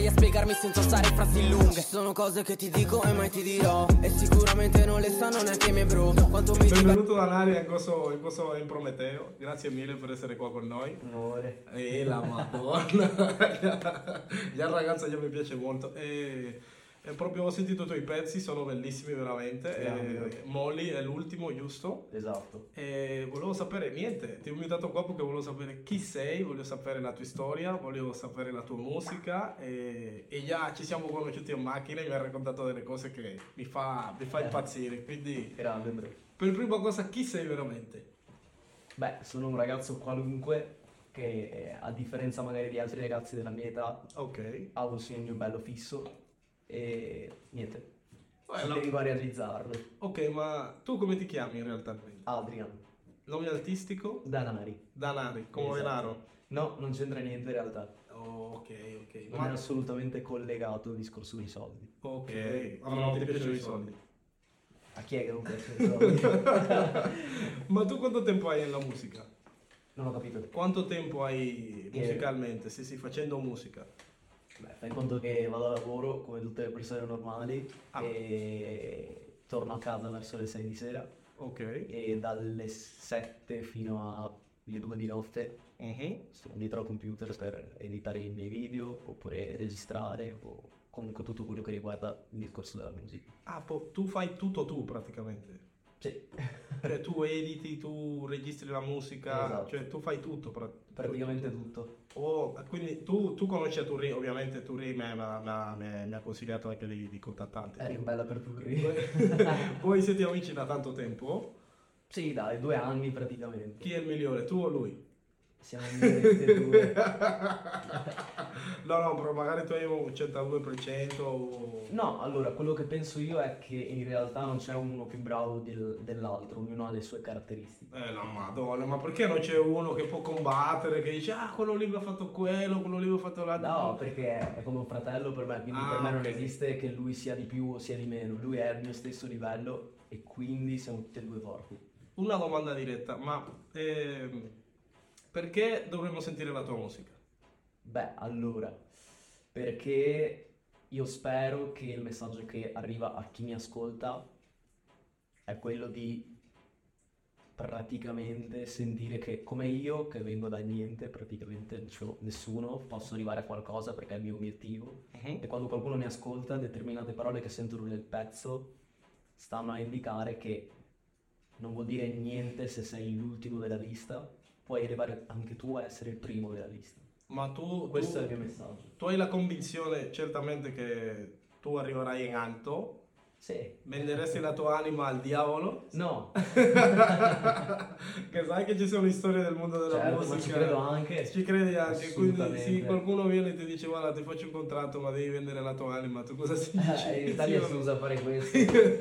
a spiegarmi senza usare frasi lunghe. Ci sono cose che ti dico e mai ti dirò, e sicuramente non le sanno neanche i miei bro. Quanto mi Benvenuto Danari in questo in Prometeo. Grazie mille per essere qua con noi. Amore. E la madonna. Già il ragazzo già mi piace molto. E proprio ho sentito i tuoi pezzi, sono bellissimi veramente. Molly è l'ultimo, giusto? Esatto. E volevo sapere, niente, ti ho invitato qua perché volevo sapere chi sei, voglio sapere la tua storia, volevo sapere la tua musica e già ci siamo conosciuti in macchina e mi hai raccontato delle cose che mi fa impazzire, quindi Grande, bro. per prima cosa chi sei veramente? Beh, sono un ragazzo qualunque che a differenza magari di altri ragazzi della mia età Ok. ha un sogno bello fisso e niente, Bueno. vengo a realizzarlo. Ok, ma tu come ti chiami in realtà? Adrian Nome artistico? Danari. Danari, come Esatto. denaro. No, non c'entra niente in realtà. Oh, ok. Non è assolutamente collegato al discorso dei soldi. Ok, allora non ti piacciono i soldi. A chi è che non piacciono i soldi? Ma tu quanto tempo hai nella musica? Non ho capito. Quanto tempo hai musicalmente? Sì, facendo musica. Beh, fai conto che vado a lavoro come tutte le persone normali e torno a casa verso le 6 di sera Ok. e dalle 7 fino alle 2 di notte sono dietro al computer per editare i miei video oppure registrare o comunque tutto quello che riguarda il discorso della musica. Ah, tu fai tutto tu praticamente. Sì, Cioè tu editi, tu registri la musica, Esatto. cioè tu fai tutto. praticamente tutto. Oh, quindi tu conosci Turri, ovviamente Turri mi ha consigliato anche di contattarti. Eri bella per tutti. Voi siete amici da tanto tempo? Sì, dai, 2 anni praticamente. Chi è il migliore, tu o lui? Siamo migliori tutti e due. No, però magari tu hai un 102% o... No, allora, quello che penso io è che in realtà non c'è uno più bravo dell'altro, ognuno ha le sue caratteristiche. La madonna, ma perché non c'è uno che può combattere, che dice quello lì mi ha fatto quello mi ha fatto l'altro? No, perché è come un fratello per me, quindi per me non esiste che lui sia di più o sia di meno, lui è al mio stesso livello e quindi siamo tutti e due forti. Una domanda diretta, ma perché dovremmo sentire la tua musica? Beh, allora, perché io spero che il messaggio che arriva a chi mi ascolta è quello di praticamente sentire che come io, che vengo da niente, praticamente non c'ho nessuno, posso arrivare a qualcosa perché è il mio obiettivo. E quando qualcuno mi ascolta, determinate parole che sentono nel pezzo stanno a indicare che non vuol dire niente se sei l'ultimo della lista, puoi arrivare anche tu a essere il primo della lista. Ma Questo è il mio messaggio. tu hai la convinzione certamente che tu arriverai in alto, Sì. venderesti la tua anima al diavolo, No, che sai che ci sono storie del mondo della certo, musica. ma ci credo anche. Ci credi anche, quindi Assolutamente. se qualcuno viene e ti dice guarda ti faccio un contratto ma devi vendere la tua anima, tu cosa si dici? In Italia Sì si o no? usa fare questo.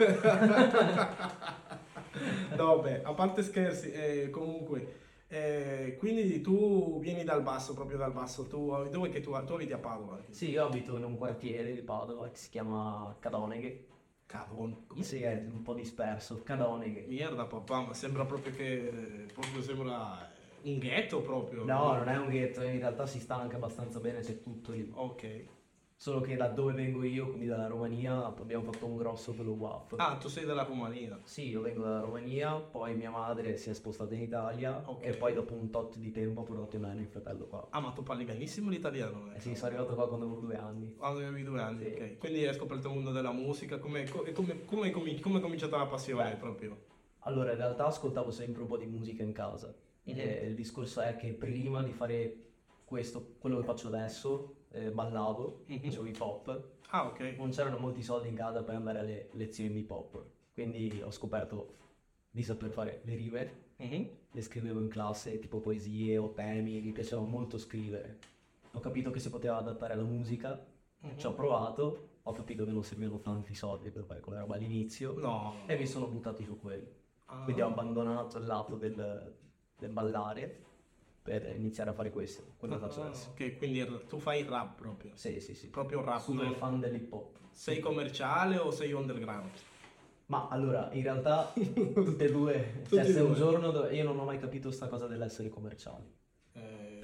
No, beh, a parte scherzi, comunque, quindi tu vieni dal basso, proprio dal basso, dove che tu abiti a Padova? Sì, io abito in un quartiere di Padova che si chiama Cadoneghe. Cavolo, Sì, è un po' disperso. Cadoneghe. Merda papà, ma sembra proprio che, proprio sembra un ghetto proprio. No, non è un ghetto, in realtà si sta anche abbastanza bene, c'è tutto lì. Ok. Solo che da dove vengo io, quindi dalla Romania, abbiamo fatto un grosso pelo WAF. Ah, tu sei della Romania. Sì, io vengo dalla Romania, poi mia madre si è spostata in Italia Ok. e poi dopo un tot di tempo ho portato in anno il fratello qua. Ah, ma tu parli benissimo l'italiano, Eh sì, sono arrivato qua quando avevo 2 anni. Quando avevi 2 anni, Sì. ok. Quindi hai scoperto il mondo della musica, come è cominciata la passione Beh. proprio? Allora, in realtà ascoltavo sempre un po' di musica in casa. E il discorso è che prima di fare quello che faccio adesso, ballavo, facevo hip hop. Ah, ok. Non c'erano molti soldi in casa per andare alle lezioni di hip hop. Quindi ho scoperto di saper fare le rime, le scrivevo in classe, tipo poesie o temi, mi piaceva molto scrivere. Ho capito che si poteva adattare alla musica, ci ho provato, ho capito che non servivano tanti soldi per fare quella roba all'inizio No. e mi sono buttato su quello. Ah. Quindi ho abbandonato il lato del ballare per iniziare a fare questo, quello che faccio adesso. Ok, quindi tu fai il rap proprio. Sì, sì, sì. Proprio rap. Super no? fan dell'hip hop. Sei commerciale o sei underground? Ma allora, in realtà tutte e due, Tutti cioè e se un due. giorno io non ho mai capito sta cosa dell'essere commerciali.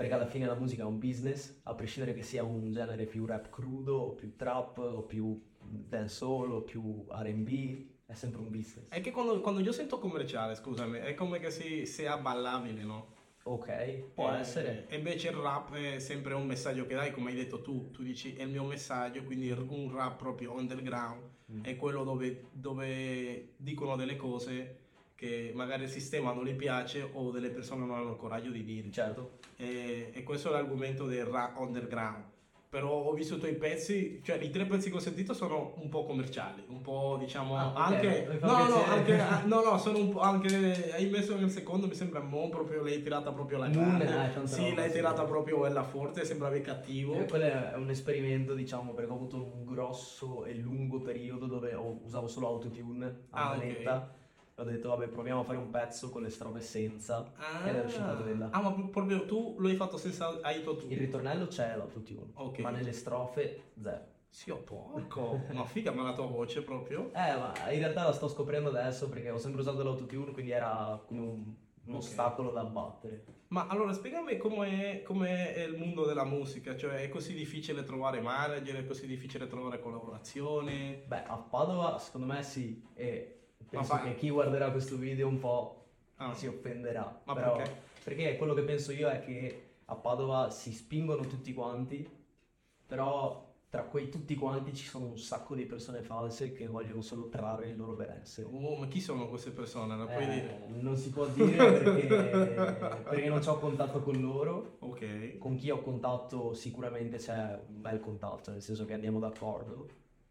perché alla fine la musica è un business, a prescindere che sia un genere più rap crudo, o più trap, o più dancehall, o più R&B, è sempre un business. È che quando io sento commerciale, scusami, è come che sia ballabile, no? Ok, può essere. E invece il rap è sempre un messaggio che dai, come hai detto tu dici è il mio messaggio, quindi un rap proprio underground, è quello dove dicono delle cose che magari il sistema non gli piace o delle persone non hanno il coraggio di dire. Certo. E questo è l'argomento del rap underground. Però ho visto i tuoi pezzi, cioè i 3 pezzi che ho sentito sono un po' commerciali, un po' diciamo anche. mi fa No, piacere. no, sono un po' anche. Hai messo nel secondo, mi sembra proprio l'hai tirata proprio alla Moon, grande. tanta Sì, roba, l'hai sì. tirata proprio quella forte, sembravi cattivo. Quello è un esperimento, diciamo, perché ho avuto un grosso e lungo periodo dove usavo solo autotune a Ah, ok. manetta. Ho detto, vabbè, proviamo a fare un pezzo con le strofe senza. Ed è uscita quella. Ah, ma proprio tu lo hai fatto senza aiuto tu. Il ritornello c'è l'autotune, Ok. ma nelle strofe zero. Sì, oh, porco. Ma figa, ma la tua voce proprio. Ma in realtà la sto scoprendo adesso perché ho sempre usato l'autotune, quindi era come un ostacolo da abbattere. Ma allora spiegami com'è il mondo della musica, cioè è così difficile trovare manager, è così difficile trovare collaborazione. Beh, a Padova secondo me sì, e penso Ma che chi guarderà questo video un po' Ah. si offenderà. Ma però, perché? Perché quello che penso io è che a Padova si spingono tutti quanti, però tra quei tutti quanti ci sono un sacco di persone false che vogliono solo trarre il loro benessere. Ma chi sono queste persone? Lo puoi dire? Non si può dire perché non ho contatto con loro. Ok. Con chi ho contatto sicuramente c'è un bel contatto, nel senso che andiamo d'accordo.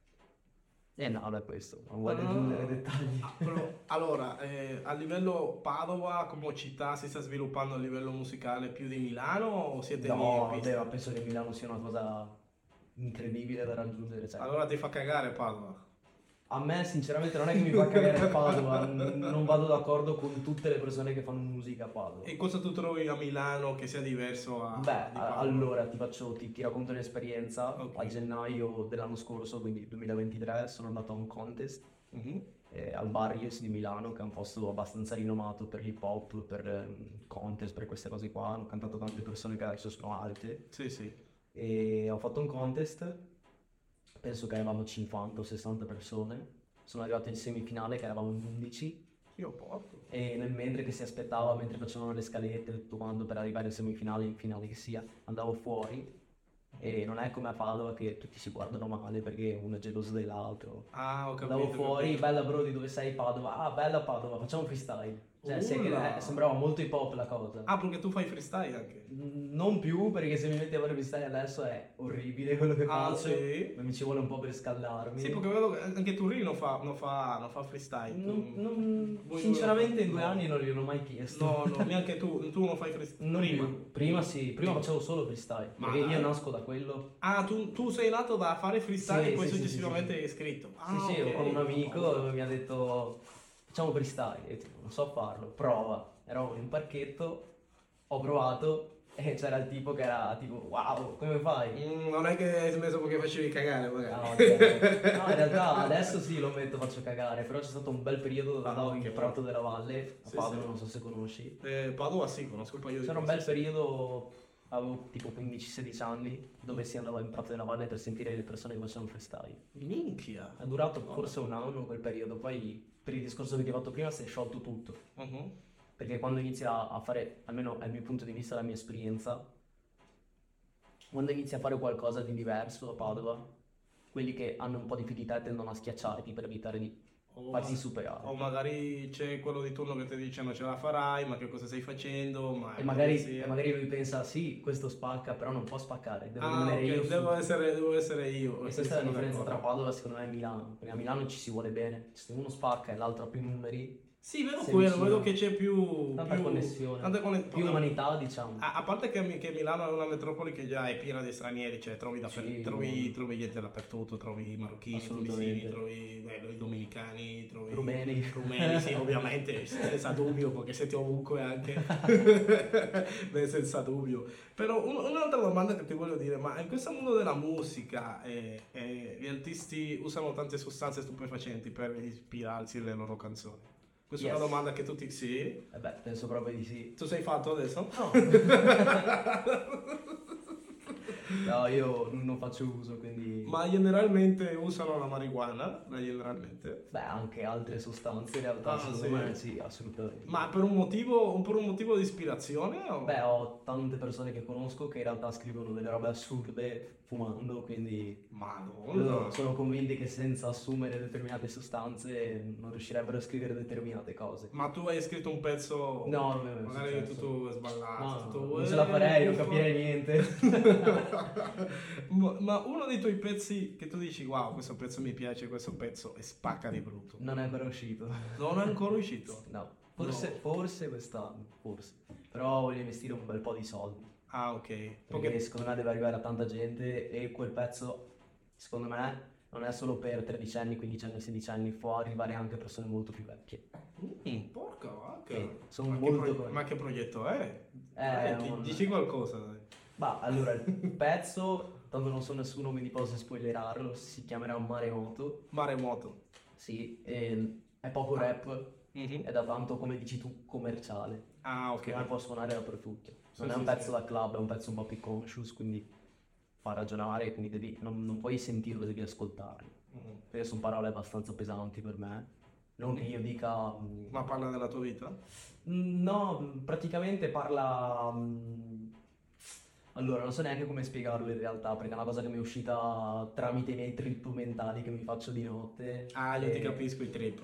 E no, è questo, non voglio aggiungere dettagli. Allora, a livello Padova come città si sta sviluppando a livello musicale più di Milano o siete lì in No, pista? ma penso che Milano sia una cosa incredibile da raggiungere. Cioè. Allora ti fa cagare Padova. A me sinceramente non è che mi fa cagare Padova, non vado d'accordo con tutte le persone che fanno musica a Padova. E cosa tu trovi a Milano che sia diverso Beh, di Padova? allora ti racconto un'esperienza. Ok. A gennaio dell'anno scorso, quindi 2023, sono andato a un contest Mhm. al Barriers di Milano, che è un posto abbastanza rinomato per l'hip hop, per contest, per queste cose qua. Hanno cantato tante persone che adesso sono alte. Sì, sì. E ho fatto un contest, penso che eravamo 50 o 60 persone. Sono arrivato in semifinale che eravamo in 11. Io porco. E mentre che si aspettava, mentre facevano le scalette, tutto quanto per arrivare in semifinale, in finale che sia, andavo fuori e non è come a Padova che tutti si guardano male perché uno è geloso dell'altro. Ah, ho capito. Andavo ho fuori, capito. bella bro, di dove sei Padova? Ah, bella Padova, facciamo freestyle. Cioè, Ulla. sembrava molto hip hop la cosa. Ah, perché tu fai freestyle anche? Non più, perché se mi metti a fare freestyle adesso è orribile quello che Ah, faccio. sì? Ma mi ci vuole un po' per scaldarmi. Sì, perché vedo che anche Torino non fa freestyle. Sinceramente in 2 anni non gliel'ho mai chiesto. No, neanche tu non fai freestyle. Non prima sì, prima facevo solo freestyle, Ma perché io dai. nasco da quello. Ah, tu sei nato da fare freestyle Sì, e poi sì, sì, successivamente sì, sì. hai scritto. Ah, Sì, ok. con un amico mi ha detto facciamo freestyle, e io tipo, non so farlo, prova. Eravamo in un parchetto, ho provato e c'era il tipo che era tipo wow, come fai? Non è che hai smesso perché facevi cagare, magari. No, ok. No, in realtà adesso sì lo metto, faccio cagare, però c'è stato un bel periodo dove Ah, andavo ok, in Prato della Valle, a Sì, Padova, sì. non so se conosci. Padova sì, conosco un paio di C'era un posti. bel periodo, avevo tipo 15-16 anni, dove si andava in Prato della Valle per sentire le persone che facevano freestyle. Minchia. È durato forse un anno quel periodo, poi per il discorso che ti ho fatto prima si è sciolto tutto. Mhm. Perché quando inizi a fare, almeno dal mio punto di vista, la mia esperienza, quando inizi a fare qualcosa di diverso a Padova, quelli che hanno un po' di più di te tendono a schiacciarti per evitare di farsi superare. O magari c'è quello di turno che ti dice non ce la farai, ma che cosa stai facendo? Ma E magari lui pensa, sì, questo spacca, però non può spaccare, devo Ah, rimanere io ok, su. devo essere io. E Sì, questa è la sono differenza tra d'accordo. Padova secondo me e Milano, perché a Milano ci si vuole bene, se uno spacca e l'altro ha più numeri, Sì, vedo sei quello, vicino. vedo che c'è più Tanta connessione, più umanità diciamo. A parte che Milano è una metropoli che già è piena di stranieri, cioè trovi, Sì. trovi gente dappertutto, trovi i marocchini, i Assolutamente. tunisini, trovi i dominicani, trovi Rumeni. rumeni, sì, ovviamente, senza dubbio, perché siete ovunque anche, beh, senza dubbio. Però un'altra domanda che ti voglio dire, ma in questo mondo della musica gli artisti usano tante sostanze stupefacenti per ispirarsi alle loro canzoni? Questa è Yes. una domanda che tutti... Sì? Beh, penso proprio di sì. Tu sei fatto adesso? No. No, io non faccio uso, quindi... Ma generalmente usano la marijuana? Generalmente. Beh, anche altre sostanze in realtà, Ah, secondo sì? me sì, assolutamente. Ma per un motivo di ispirazione? O... Beh, ho tante persone che conosco che in realtà scrivono delle robe assurde fumando, quindi Madonna. sono convinti che senza assumere determinate sostanze non riuscirebbero a scrivere determinate cose. Ma tu hai scritto un pezzo... No, non è mai Magari successo. tutto sballato. No, tutto... non ce la farei, non uffa. capirei niente. Ma uno dei tuoi pezzi che tu dici, wow, questo pezzo mi piace, questo pezzo e spacca di brutto. Non è ancora uscito. Non è ancora uscito? No, forse quest'anno, forse. Però voglio investire un bel po' di soldi. Ah, ok. Perché secondo me deve arrivare a tanta gente e quel pezzo, secondo me, non è solo per 13 anni, 15 anni, 16 anni, può arrivare anche a persone molto più vecchie. Porca vacca. Sono Ma molto ma che progetto è? un- Dici qualcosa, dai. Bah, allora, il pezzo, tanto non so nessuno, quindi posso spoilerarlo, si chiamerà Maremoto. Maremoto. Sì, è poco rap, è da tanto, come dici tu, commerciale. Ah, ok. Che può suonare dappertutto. Sì, Non è sì, un pezzo sì. da club, è un pezzo un po' più conscious, quindi fa ragionare, quindi non puoi sentirlo, devi ascoltarlo. Perché sono parole abbastanza pesanti per me. Non che io dica... Ma parla della tua vita? No, praticamente parla... Allora, non so neanche come spiegarlo in realtà, perché è una cosa che mi è uscita tramite i miei trip mentali che mi faccio di notte. Ah, io E- ti capisco i trip.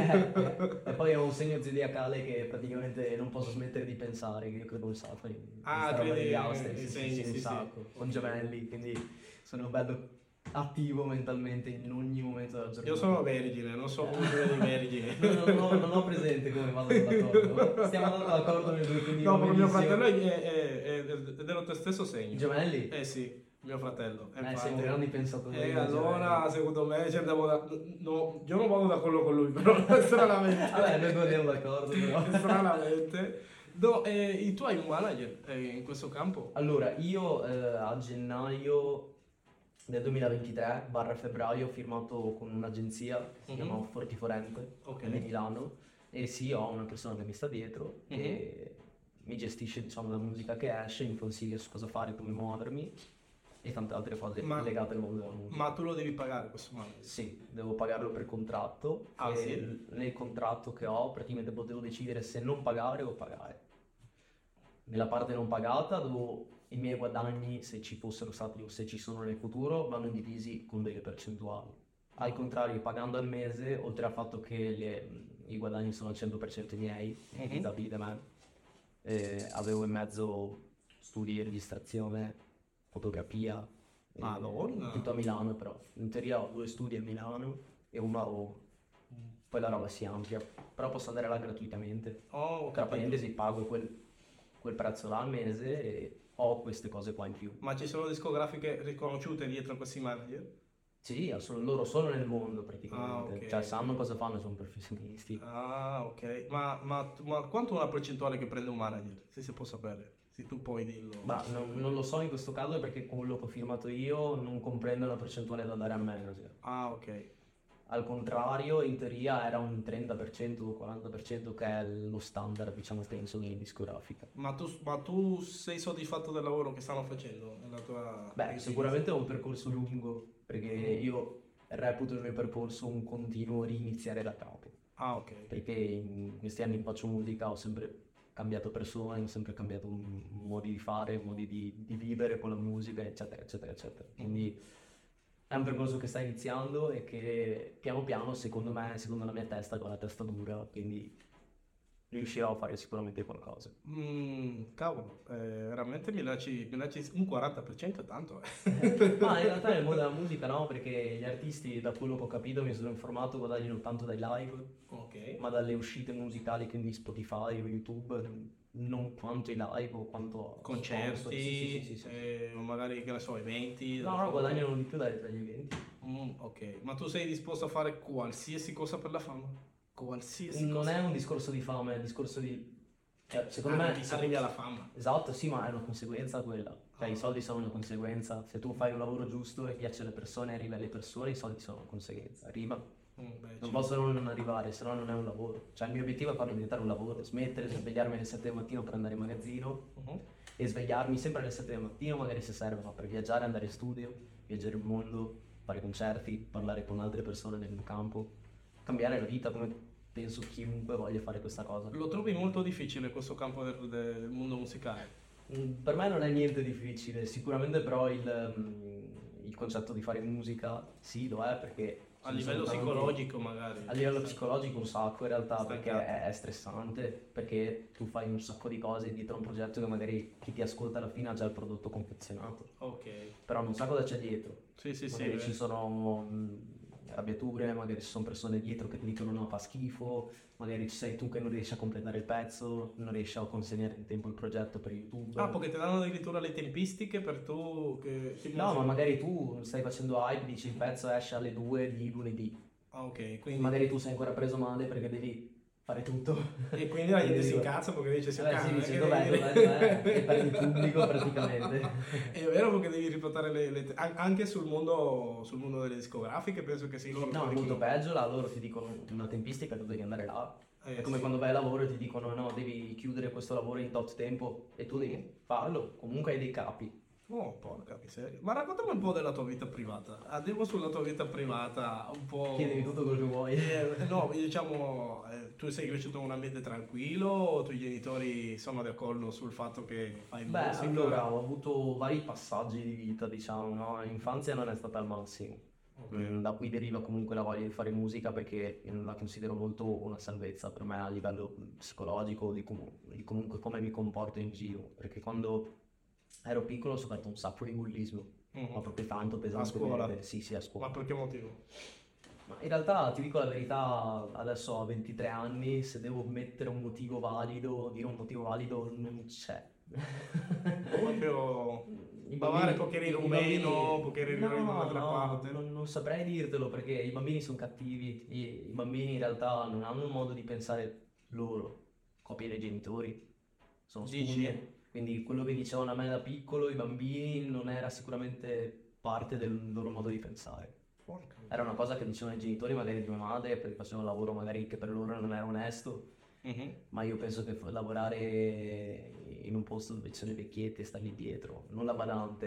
E poi ho un segno zodiacale che praticamente non posso smettere di pensare, che io credo un sacco in Ah, questa roba credi degli Auster, nei sì, segni, sì, sì, un sì. sacco, con gemelli, quindi sono bello attivo mentalmente in ogni momento della giornata. Io sono vergine, non so come sono di vergine. Non ho presente come vado d'accordo. Stiamo andando d'accordo nel due, quindi No, va però mio benissimo. fratello è dello tuo stesso segno. Gemelli? Eh sì, mio fratello. Siamo Infatti. grandi pensatori. E dei allora, secondo me, ci andiamo da... No, io non vado d'accordo con lui, però stranamente. Vabbè, noi due andiamo d'accordo, però. Stranamente. No, e tu hai un manager in questo campo? Allora, io a gennaio del 2023/febbraio ho firmato con un'agenzia, si chiama Fortiforente, Ok. di Milano, e sì, ho una persona che mi sta dietro e mi gestisce, diciamo, la musica che esce, mi consiglia su cosa fare, come muovermi e tante altre cose legate al mondo della musica. Ma tu lo devi pagare questo manager? Sì, devo pagarlo per contratto Ah, e sì? nel contratto che ho praticamente potevo decidere se non pagare o pagare. Nella parte non pagata i miei guadagni, se ci fossero stati o se ci sono nel futuro, vanno divisi con delle percentuali. Al contrario, pagando al mese, oltre al fatto che i guadagni sono al 100% miei, realizzabili da me, avevo in mezzo studi, registrazione, fotografia, Madonna. tutto a Milano però. In teoria ho 2 studi a Milano e uno a Roma. Poi la roba si amplia, però posso andare là gratuitamente. Oh, ho Tra capito. parentesi pago quel prezzo là al mese e ho queste cose qua in più. Ma ci sono discografiche riconosciute dietro a questi manager? Sì, loro sono nel mondo praticamente, Ah, ok. cioè sanno cosa fanno, sono professionisti. Ah, ok. Ma quanto è una percentuale che prende un manager? Se si può sapere. Se tu puoi dirlo. Ma non lo so in questo caso perché con quello che ho firmato io non comprende la percentuale da dare al manager. Ah, ok. Al contrario, in teoria era un 30% o 40% che è lo standard, diciamo, penso, in discografica. Ma tu sei soddisfatto del lavoro che stanno facendo nella tua... Beh, sicuramente è un percorso lungo, perché io reputo il mio percorso un continuo riniziare da capo. Ah, ok. Perché in questi anni che faccio musica ho sempre cambiato persone, ho sempre cambiato modi di fare, modi di vivere con la musica, eccetera, eccetera, eccetera. Quindi è un percorso che sta iniziando e che piano piano, secondo me, secondo la mia testa, con la testa dura, quindi riuscirò a fare sicuramente qualcosa. Cavolo, veramente mi lasci un 40% è tanto. Ma in realtà nel mondo della musica no, perché gli artisti, da quello che ho capito, mi sono informato, guadagnano tanto dai live, Ok. ma dalle uscite musicali, quindi Spotify o YouTube, non quanto i live o quanto Concerti, sponsor. Sì. o magari, che ne so, eventi. No, guadagnano di più dagli eventi. Ok, ma tu sei disposto a fare qualsiasi cosa per la fama? Qualsiasi Non cosa? è un discorso di fama, è un discorso di... cioè, secondo me... Ti arrivi alla fama. Esatto, sì, ma è una conseguenza quella. Cioè, i soldi sono una conseguenza. Se tu fai un lavoro giusto e piace alle persone, arrivi alle persone, i soldi sono una conseguenza. Arriva Beh, Non posso non arrivare, se no non è un lavoro. Cioè il mio obiettivo è farlo diventare un lavoro, smettere di svegliarmi alle 7 del mattino per andare in magazzino e svegliarmi sempre alle 7 del mattino, magari se serve, ma per viaggiare, andare in studio, viaggiare il mondo, fare concerti, parlare con altre persone nel mio campo, cambiare la vita come penso chiunque voglia fare questa cosa. Lo trovi molto difficile questo campo del mondo musicale? Per me non è niente difficile, sicuramente però il concetto di fare musica sì lo è perché A livello sono tanti- psicologico magari. A livello psicologico un sacco in realtà perché Stancato. è stressante, perché tu fai un sacco di cose dietro un progetto che magari chi ti ascolta alla fine ha già il prodotto confezionato, Ok. però non sa cosa c'è dietro. Sì, sì, sì. Magari beh. ci sono arrabbiature, magari ci sono persone dietro che ti dicono no, fa schifo, magari ci sei tu che non riesci a completare il pezzo, non riesci a consegnare in tempo il progetto per YouTube. Ah, perché ti danno addirittura le tempistiche per tu che No, ma magari tu stai facendo hype, dici il pezzo esce alle 2 di lunedì, Ah, ok, quindi... magari tu sei ancora preso male perché devi fare tutto. E quindi la gente si Quindi- incazza perché dice si Vabbè, sì, incazza. dice dov'è, e perdi il pubblico praticamente. È vero perché devi riportare anche sul mondo delle discografiche, penso che sì, loro No, è ti molto dicono- peggio, là loro ti dicono una tempistica, tu devi andare là. È come sì. quando vai a lavoro e ti dicono no, devi chiudere questo lavoro in tot tempo e tu devi farlo, comunque hai dei capi. Oh, porca miseria. Ma raccontami un po' della tua vita privata. Andiamo sulla tua vita privata un po'... Chiedimi tutto quello che vuoi. No, diciamo, tu sei cresciuto in un ambiente tranquillo o i tuoi genitori sono d'accordo sul fatto che fai Beh, musica? allora ho avuto vari passaggi di vita, diciamo, no? L'infanzia non è stata al massimo. Da cui deriva comunque la voglia di fare musica perché io la considero molto una salvezza per me a livello psicologico, di comunque come mi comporto in giro. Perché quando ero piccolo ho sofferto un sacco di bullismo, ma proprio tanto pesante. scuola? Sì, sì, a scuola. Ma per che motivo? Ma in realtà ti dico la verità, adesso ho 23 anni, se devo mettere un motivo valido, dire un motivo valido, non c'è. Proprio I bavare bambini- perché eri i rumeno, bambini- perché eri No, da un'altra no, parte. non saprei dirtelo perché i bambini sono cattivi, i bambini in realtà non hanno un modo di pensare loro, copia dei genitori, sono Dici? spugne. Quindi quello che dicevano a me da piccolo i bambini non era sicuramente parte del loro modo di pensare. Porca. Era una cosa che dicevano i genitori, magari di mia madre, perché facevano un lavoro magari che per loro non era onesto, Mhm. ma io penso che lavorare in un posto dove ci sono le vecchiette e stare lì dietro, non la badante,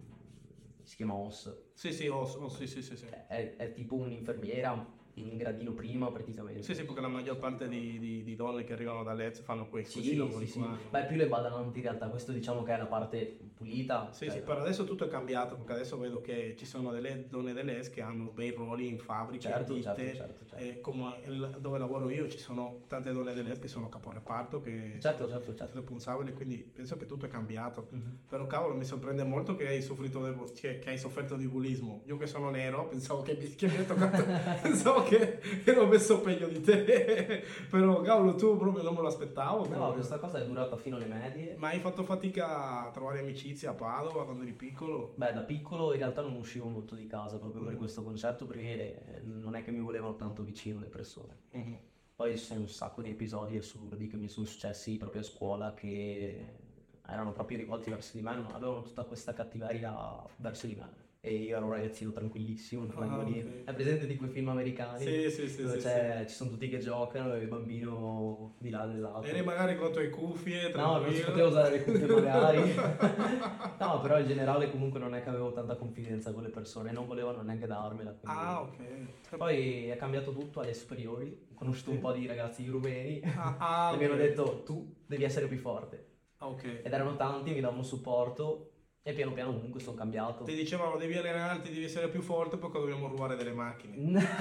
si chiama OS, Sì, sì, sì, sì, sì, sì. è tipo un'infermiera in gradino prima praticamente. Sì, sì, perché la maggior parte di donne che arrivano dall'EZ fanno questi Sì, lavori sì, sì. qua. Beh, più le badanti in realtà, questo diciamo che è la parte pulita. Sì, cioè- sì, per adesso tutto è cambiato, perché adesso vedo che ci sono delle donne dell'ES che hanno bei ruoli in fabbriche, Certo, ditte, certo. e come dove lavoro io ci sono tante donne dell'ES che sono caporeparto, che Certo. sono responsabili, quindi penso che tutto è cambiato. Mhm. Però cavolo, mi sorprende molto che hai che hai sofferto di bullismo. Io che sono nero, pensavo che mi hai toccato, pensavo che ero messo peggio di te, però cavolo tu proprio non me lo aspettavo. No, proprio. questa cosa è durata fino alle medie. Ma hai fatto fatica a trovare amicizia a Padova quando eri piccolo? Beh, da piccolo in realtà non uscivo molto di casa proprio per questo concetto, perché non è che mi volevano tanto vicino le persone. Mhm. Poi ci sono un sacco di episodi assurdi che mi sono successi proprio a scuola che erano proprio rivolti verso di me, non avevano tutta questa cattiveria verso di me. E io ero un ragazzino tranquillissimo, non vengo lì. ok. È presente di quei film americani? Sì, Dove sì, ci sono tutti che giocano e il bambino di là dell'altro. Eri magari con le tue cuffie, No, non si tranquillo. poteva usare le cuffie magari. No, però in generale comunque non è che avevo tanta confidenza con le persone, non volevano neanche darmela. quindi- Ah, ok. Poi è cambiato tutto alle superiori, ho conosciuto un po' di ragazzi rumeni Ah, e mi hanno ok. detto tu devi essere più forte. Ah, ok. Ed erano tanti, mi davano supporto e piano piano comunque sono cambiato. Ti dicevano devi allenarti, devi essere più forte perché dobbiamo rubare delle macchine.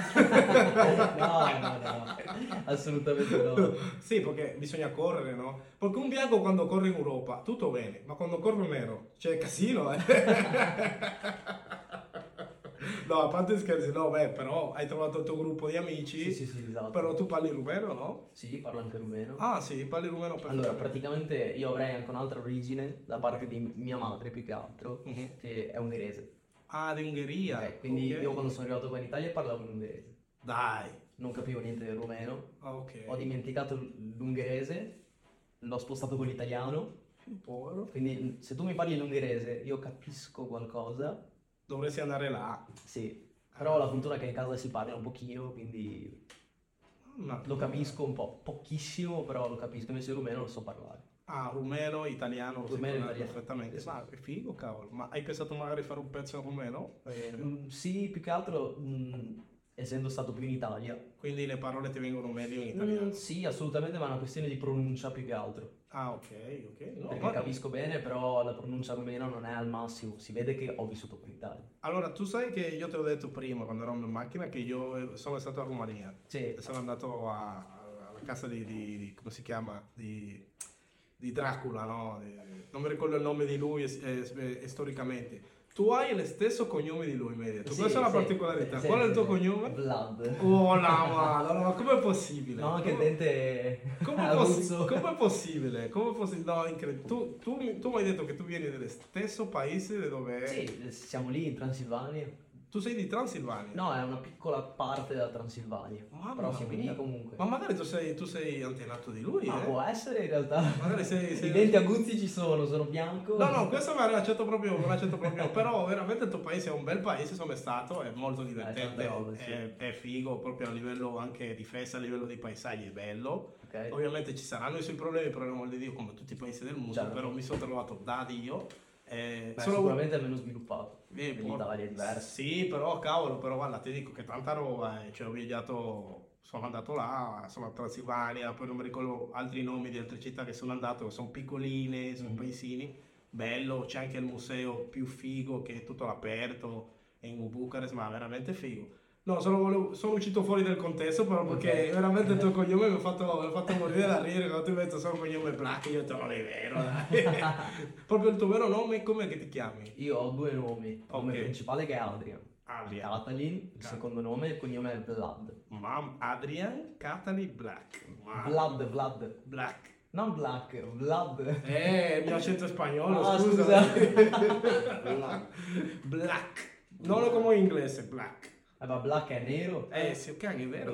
No, assolutamente no. Sì, perché bisogna correre, no? Perché un bianco quando corre in Europa, tutto bene, ma quando corre un nero, c'è casino, No, a parte scherzi, no, beh, però hai trovato il tuo gruppo di amici, Sì, esatto. però tu parli rumeno, no? Sì, parlo anche rumeno. Ah, sì, parli rumeno Allora, perfettamente. praticamente io avrei anche un'altra origine da parte di mia madre più che altro, Mhm. che è ungherese. Ah, di Ungheria. Ok, quindi ok. io quando sono arrivato qua in Italia parlavo l'ungherese. Dai. Non capivo niente del rumeno, Ah, ok. ho dimenticato l'ungherese, l'ho spostato con l'italiano, Povero. quindi se tu mi parli l'ungherese io capisco qualcosa, Dovresti andare là. sì, Però la fortuna è che in casa si parla un pochino, quindi lo capisco un po', pochissimo, però lo capisco, invece il rumeno lo so parlare. Ah, rumeno, italiano, lo sai Rumeno, parlare italiano. perfettamente. Sì. Ma è figo, cavolo. Ma hai pensato magari di fare un pezzo in rumeno? Sì, più che altro, essendo stato più in Italia. Quindi le parole ti vengono meglio in italiano. Sì, assolutamente, ma è una questione di pronuncia più che altro. Ah, ok, ok. No, Perché ma- capisco bene, però la pronuncia rumena non è al massimo. Si vede che ho vissuto qui in Italia. Allora, tu sai che io ti ho detto prima, quando eravamo in macchina, che io sono stato a Romania. Sì. Sono andato alla casa come si chiama? Di Dracula, no? Non mi ricordo il nome di lui storicamente. Tu hai lo stesso cognome di lui, mi hai detto. Sì, Questa è una sì, particolarità. sì, Qual è il sì, tuo sì. cognome? Vlad. Oh la madonna, ma com'è possibile? No, anche il Come- dente Com'è, aguzzo. com'è possibile? Com'è possibile? No, incredibile. Tu mi hai detto che tu vieni dello stesso paese di dove... Sì, siamo lì in Transilvania. Tu sei di Transilvania? No, è una piccola parte della Transilvania. Mamma Però siamo mia. lì comunque. Ma magari tu sei antenato di lui, Ma eh? può essere in realtà. Magari sei... I denti aguzzi ci sono bianco. No, questo me l'accetto proprio, però veramente il tuo paese è un bel paese, sono stato, è molto divertente, tante robe, sì. è figo, proprio a livello anche di festa, a livello di paesaggi è bello. Ok. Ovviamente ci saranno i suoi problemi, per l'amor di Dio, come tutti i paesi del mondo, Certo. però mi sono trovato da Dio. Beh, sicuramente è meno sviluppato. L'Italia è diversa. Sì, però cavolo, però guarda, ti dico che tanta roba, cioè ho viaggiato, sono andato là, sono a Transilvania, poi non mi ricordo altri nomi di altre città che sono andato, che sono piccoline, sono paesini, bello, c'è anche il museo più figo che è tutto all'aperto, è in Bucarest, ma veramente figo. No, sono uscito fuori dal contesto però perché Ok. veramente il tuo cognome mi ha fatto morire da ridere quando tu mi hai detto sono cognome Black, io ho detto non è vero, dai. Proprio il tuo vero nome, com'è che ti chiami? Io ho due nomi. Il nome Ok. principale che è Adrian. Adrian. Katalin, il secondo nome, il cognome è Vlad. Adrian Catani Black. Vlad. Black. Non Black, Vlad. Il mio accento spagnolo, Ah, scusa. scusa. Black. Non come in inglese, black. Ma Black è nero? Sì, ok, è vero.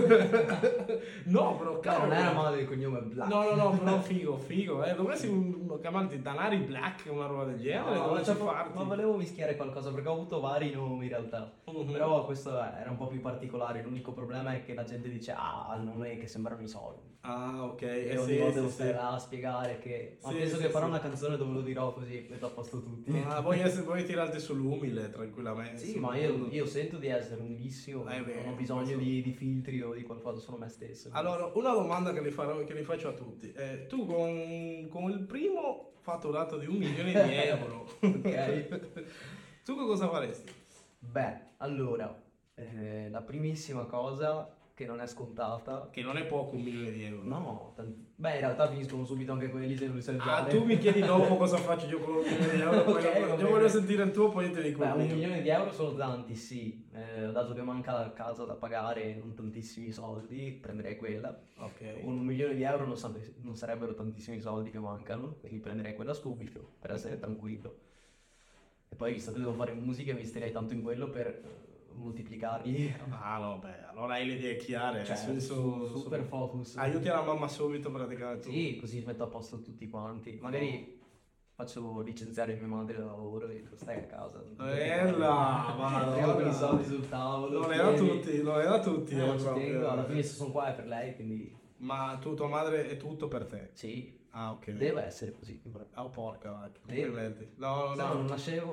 No, però Non cavolo. era male il cognome Black. No, però figo. Dovresti chiamarti Danari Black o una roba del genere, No, dovresti cioè, farti. ma volevo mischiare qualcosa perché ho avuto vari nomi in realtà. Mhm. Però questo era un po' più particolare. L'unico problema è che la gente dice ha il nome che sembrano i soldi. Ah, ok. E ogni volta devo stare là a spiegare che. Ma Sì, penso sì, che farò sì. una canzone dove lo dirò così, metto a posto tutti. Vuoi tirarti sull'umile tranquillamente? Sì, ma io sento di essere umilissimo, beh, non ho bisogno questo- di filtri o di qualcosa, sono me stesso. Allora, una domanda che li faccio a tutti. Tu con il primo fatturato di 1 milione di euro, Ok. tu che cosa faresti? Beh, allora, la primissima cosa che non è scontata. Che non è poco 1 milione di euro. No, beh, in realtà finiscono subito anche quelli se non sai Ah, tu mi chiedi dopo cosa faccio io con 1 milione di euro, poi Ok, io va bene. voglio sentire il tuo, poi io ti dico Beh, il 1 mio. milione di euro sono tanti, sì. Dato che manca la casa da pagare, non tantissimi soldi, prenderei quella. Ok. Con 1 milione di euro non sarebbero tantissimi soldi che mancano, quindi prenderei quella subito per essere tranquillo. E poi, visto che devo fare musica, investirei tanto in quello per moltiplicarli. Ah, no, beh, allora hai le idee chiare. Cioè, nel senso, super focus. aiuti la mamma subito praticamente. tu. Sì, così metto a posto tutti quanti. Magari faccio licenziare mia madre da lavoro e dico stai a casa. Bella, madonna. Tengo quei soldi sul tavolo. Non era tieni. tutti, non era tutti. No, ci proprio. tengo, alla fine se sono qua è per lei, quindi Ma tua madre è tutto per te? sì, Ah, ok. deve essere così. Oh, porca vacca, Deve. complimenti. No, Se no non no. nascevo.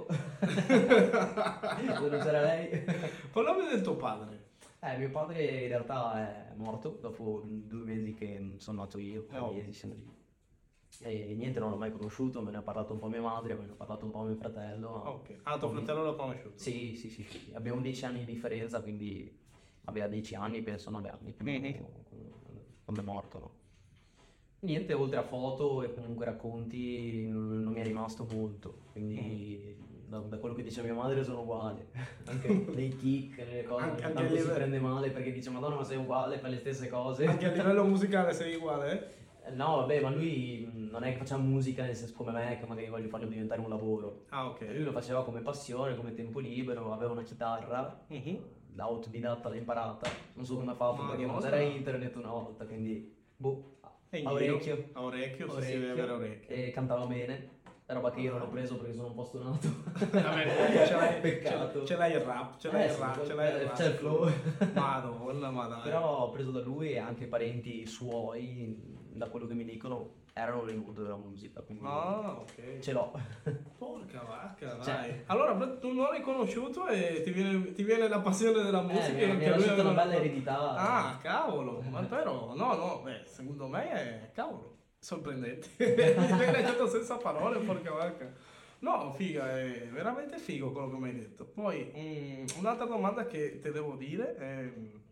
Se non c'era lei. Parlami del tuo padre. Mio padre in realtà è morto dopo 2 mesi che sono nato io, 3 Oh. mesi sono lì. E niente, non l'ho mai conosciuto, me ne ha parlato un po' mia madre, me ne ha parlato un po' mio fratello. Ok. Ah, tuo fratello l'ho conosciuto. Sì. Abbiamo 10 anni di differenza, quindi aveva 10 anni, penso 9 anni quando è morto, no? Niente, oltre a foto e comunque racconti non mi è rimasto molto, quindi da quello che dice mia madre sono uguale, anche nei tic, nelle cose, Anche a tanto si livello- prende male perché dice madonna ma sei uguale, fai le stesse cose. Anche a livello musicale sei uguale? No vabbè, ma lui non è che faccia musica nel senso come me, che magari voglio farlo diventare un lavoro. Ah, Lui ok. lo faceva come passione, come tempo libero, aveva una chitarra, Mhm. da autodidatta l'ha imparata, non so come ha fatto perché non Madonna. c'era internet una volta, quindi boh, E in a giro? orecchio. A orecchio, si deve avere orecchio. E cantava bene, È roba che io non ho preso perché sono un po' stonato. Vabbè, Peccato. ce l'hai il rap, ce l'hai il Sì, rap, ce l'hai il rap. c'è il flow. Madonna, ma dai. Però ho preso da lui e anche parenti suoi, da quello che mi dicono, erano nel mondo della musica, quindi Ah, ok. ce l'ho. Porca vacca, dai. Cioè- Allora, tu non l'hai conosciuto e ti viene la passione della musica. mi e ha anche lui lasciato aveva- una bella eredità. Ah, cavolo. Ma però, no, beh, secondo me è, cavolo, sorprendente. Mi hai lasciato senza parole, porca vacca. No, figa, è veramente figo quello che mi hai detto. Poi, un'altra domanda che ti devo dire è...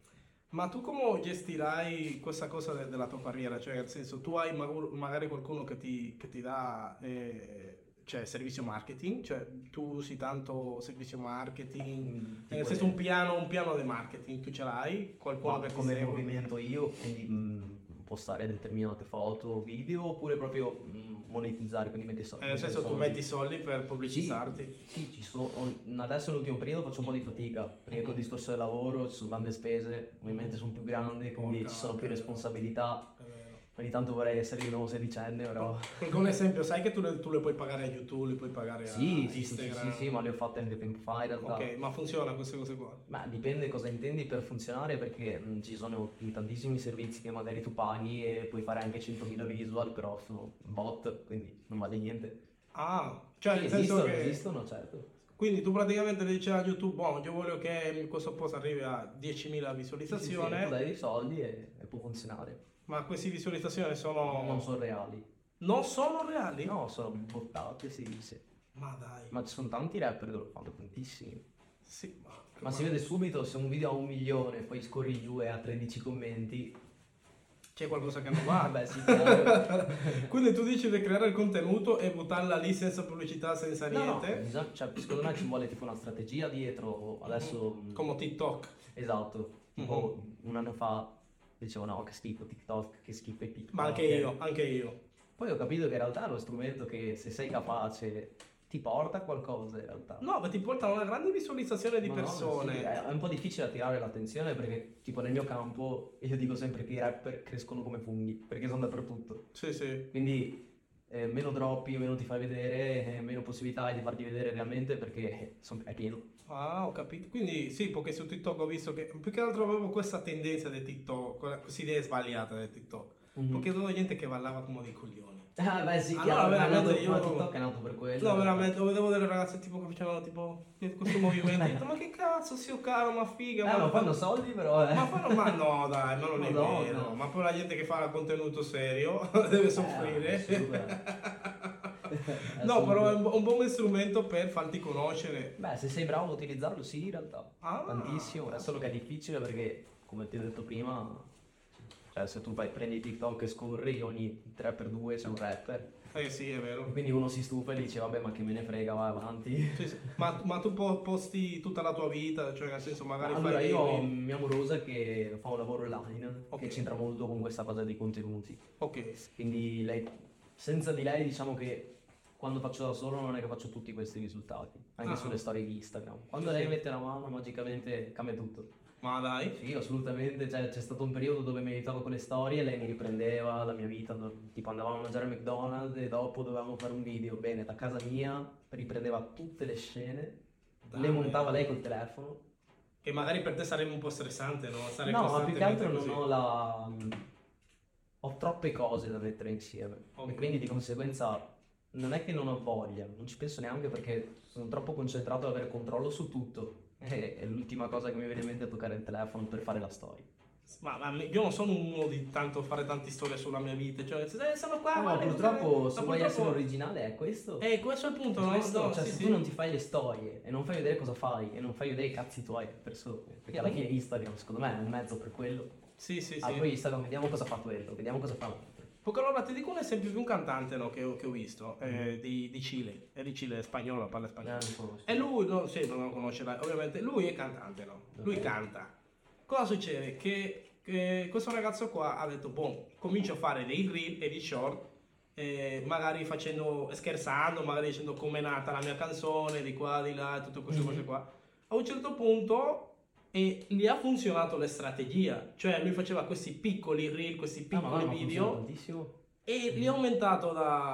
Ma tu come gestirai questa cosa della tua carriera? Cioè, nel senso, tu hai magari qualcuno che ti dà cioè, servizio marketing, cioè tu usi tanto servizio marketing, nel senso un piano di marketing, tu ce l'hai? Qualcuno che ti come segue? movimento io, quindi postare determinate foto, video, oppure proprio monetizzare, quindi metti soldi. Nel senso, tu metti soldi per pubblicizzarti? Sì, ci sono. Adesso nell'ultimo periodo faccio un po' di fatica, perché con il discorso del lavoro ci sono tante spese, ovviamente sono più grandi, quindi Porca ci sono più vacca. responsabilità. È vero. Ogni tanto vorrei essere di nuovo sedicenne, però... Perché un esempio, sai che tu le puoi pagare a YouTube, le puoi pagare a Sì, Instagram? sì, ma le ho fatte anche tempo fa in realtà. Ok, ma funziona queste cose qua? Ma dipende cosa intendi per funzionare, perché ci sono tantissimi servizi che magari tu paghi e puoi fare anche 100.000 visual, però sono bot, quindi non vale niente. Ah, cioè Sì, nel senso esistono, certo. quindi tu praticamente le dici a YouTube, boh, io voglio che questo post arrivi a 10.000 Sì, visualizzazioni, tu dai dei soldi e può funzionare. ma queste visualizzazioni sono... Non sono reali. Non sono reali? No, sono bottate, sì. Ma dai. Ma ci sono tanti rapper che lo fanno, tantissimi. Sì, Ma si vede subito se un video ha 1 milione, poi scorri giù e ha 13 commenti. c'è qualcosa che non va. Vabbè, sì, chiaro. Quindi tu dici di creare il contenuto e buttarla lì senza pubblicità, senza No, niente? cioè, secondo me ci vuole tipo una strategia dietro. Adesso, Come TikTok. esatto, tipo un anno fa dicevo no, che schifo TikTok, che schifo i TikTok. Ma anche io. Poi ho capito che in realtà è uno strumento che se sei capace ti porta a qualcosa in realtà. No, ma ti porta a una grande visualizzazione di Ma no, persone. sì, è un po' difficile attirare l'attenzione perché tipo nel mio campo io dico sempre che i rapper crescono come funghi perché sono dappertutto. Sì, sì. Quindi meno droppi, meno ti fai vedere, meno possibilità hai di farti vedere realmente perché è pieno. Ah, ho capito. Quindi sì, perché su TikTok ho visto che più che altro avevo questa tendenza del TikTok, questa idea sbagliata del TikTok. Perché vedo gente che ballava come dei coglioni. Ah beh sì, Allora, chiaro, veramente io- ma TikTok è nato per quello. No, veramente, lo vedevo delle ragazze tipo che facevano tipo questo movimento. Ho detto, ma che cazzo, zio caro, ma figa. Ma fanno soldi però, Ma no, dai, ma non è No, vero. no. Ma poi la gente che fa contenuto serio deve soffrire. No, però è un buon strumento per farti conoscere. Beh, se sei bravo a utilizzarlo, sì, in realtà. Ah. Tantissimo. È solo che è difficile perché, come ti ho detto prima, cioè se tu prendi TikTok e scorri, ogni 3x2 c'è un rapper. Sì, è vero. Quindi uno si stufa e dice, vabbè, ma che me ne frega, vai avanti. Sì, sì. Ma tu posti tutta la tua vita, cioè nel senso magari Allora, fai io ho dei... mia amorosa che fa un lavoro online Ok. che c'entra molto con questa cosa dei contenuti. Ok, Quindi lei, senza di lei, diciamo che quando faccio da solo non è che faccio tutti questi risultati, anche Ah. sulle storie di Instagram. Quando Sì, lei sì. mette la mano, magicamente cambia tutto. ma dai. Sì, assolutamente, cioè, c'è stato un periodo dove mi aiutava con le storie, lei mi riprendeva la mia vita, tipo andavamo a mangiare a McDonald's e dopo dovevamo fare un video, bene, da casa mia riprendeva tutte le scene, Dai. le montava lei col telefono. Che magari per te sarebbe un po' stressante, no? Stare No, ma più che altro non costantemente ho la... ho troppe cose da mettere insieme Ok. e quindi di conseguenza non è che non ho voglia, non ci penso neanche perché sono troppo concentrato ad avere controllo su tutto e l'ultima cosa che mi viene in mente è toccare il telefono per fare la storia. Ma io non sono uno di tanto fare tante storie sulla mia vita, cioè sono qua, No, guarda, purtroppo se ma vuoi essere purtroppo- originale è questo. Questo è il punto, È no? questo, No, cioè sì, se sì. tu non ti fai le storie e non fai vedere cosa fai e non fai vedere i cazzi tuoi alle persone, perché alla fine Instagram secondo me è un mezzo per quello. Sì, sì, Ah, sì. poi Instagram vediamo cosa fa quello, vediamo cosa fa l'altro. Perché allora ti dico un esempio di un cantante, no, che ho visto, di Cile, è di Cile, è spagnolo, parla spagnolo. Non conosco. E lui, no, sì, non lo conoscerai, ovviamente, lui è cantante, no? Lui Ok. canta. Cosa succede? Che questo ragazzo qua ha detto, boh, comincio a fare dei reel e dei short, magari scherzando, magari dicendo com'è nata la mia canzone, di qua, di là, tutte queste cose qua. A un certo punto gli ha funzionato la strategia, cioè lui faceva questi piccoli reel, questi piccoli ma video. funziona tantissimo. E gli ho aumentato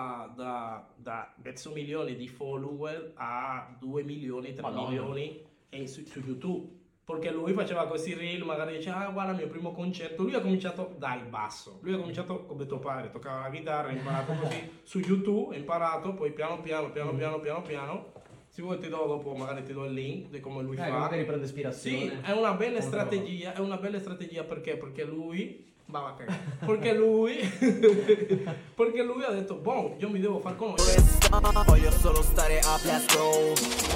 da mezzo milione di follower a 2 milioni, 3 Madonna. milioni su YouTube. Perché lui faceva questi reel, magari diceva, guarda il mio primo concerto. Lui ha cominciato dal basso. Lui ha cominciato come tuo padre, toccava la chitarra, ha imparato così su YouTube, ha imparato, poi piano piano. Se vuoi ti do dopo, magari ti do il link di come lui fa. Magari prende ispirazione. Sì, è una bella strategia perché lui perché lui perché lui ha detto boh, io mi devo far conoscere. Voglio solo stare up, let's go.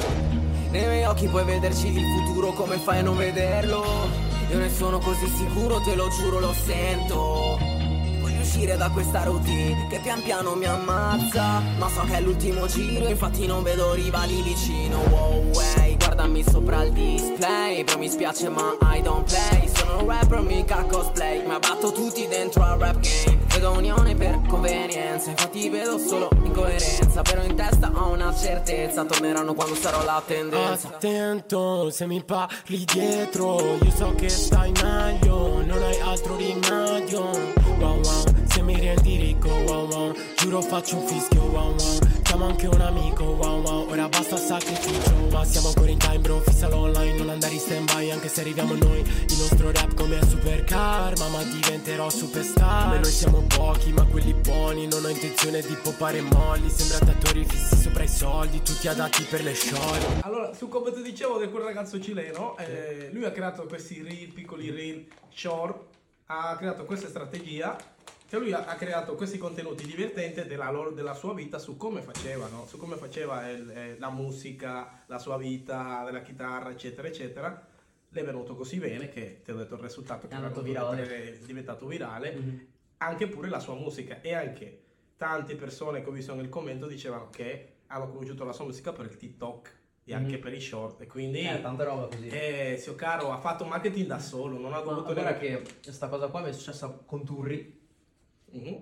Nei miei occhi puoi vederci il futuro, come fai a non vederlo? Io ne sono così sicuro, te lo giuro, lo sento. Voglio uscire da questa routine che pian piano mi ammazza, ma so che è l'ultimo giro, infatti non vedo rivali vicino. Wow, way, guardami sopra il display, però mi spiace ma I don't play. Sono un rapper, mica cosplay, ma batto tutti dentro al rap game. Vedo unione per convenienza, infatti vedo solo incoerenza, però in testa ho una certezza, torneranno quando sarò la tendenza. Attento se mi parli dietro, io so che stai meglio, non hai altro rimedio. Wow wow, se mi rendi ricco, wow wow, giuro faccio un fischio, wow wow. Chiamo anche un amico, wow wow, ora basta sacrificio. Ma siamo ancora in time bro, fissalo online, non andare in stand by anche se arriviamo noi. Il nostro rap come supercar, ma diventerò superstar. Come noi siamo pochi ma quelli buoni, non ho intenzione di poppare molli. Sembrate attori fissi sopra i soldi, tutti adatti per le shorty. Allora, su come ti dicevo di quel ragazzo cileno, lui ha creato questi reel, piccoli reel, short, ha creato questa strategia, che lui ha creato questi contenuti divertenti della sua vita, su come faceva, no? Su come faceva la musica, la sua vita, della chitarra, eccetera, eccetera. Le è venuto così bene che ti ho detto il risultato che È andato virale. è diventato virale, anche pure la sua musica, e anche tante persone che ho visto nel commento dicevano che hanno conosciuto la sua musica per il TikTok e anche per i short, e quindi Tanta roba così. Zio Caro ha fatto marketing da solo, non ha Ma dovuto guarda che questa cosa qua mi è successa con Turri, Mhm.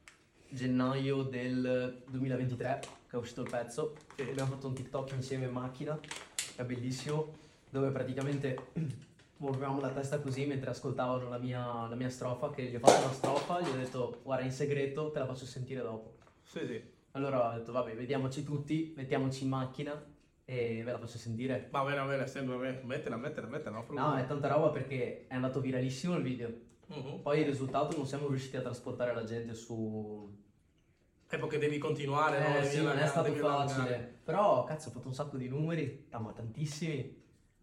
gennaio del 2023, che è uscito il pezzo. Abbiamo fatto un TikTok insieme in macchina, è bellissimo, dove praticamente muovevamo la testa così mentre ascoltavano la mia strofa, che gli ho fatto una strofa, gli ho detto guarda in segreto, te la faccio sentire dopo. Sì. Allora ho detto vabbè, vediamoci tutti, mettiamoci in macchina e ve la faccio sentire. Va bene, sembra bene. Mettila, no No, problema. è tanta roba perché è andato viralissimo il video. Mhm. Poi il risultato non siamo riusciti a trasportare la gente su... È perché devi continuare, no? sì, Devi non è stato devi facile. allargare. Però, cazzo, ho fatto un sacco di numeri, ma tantissimi.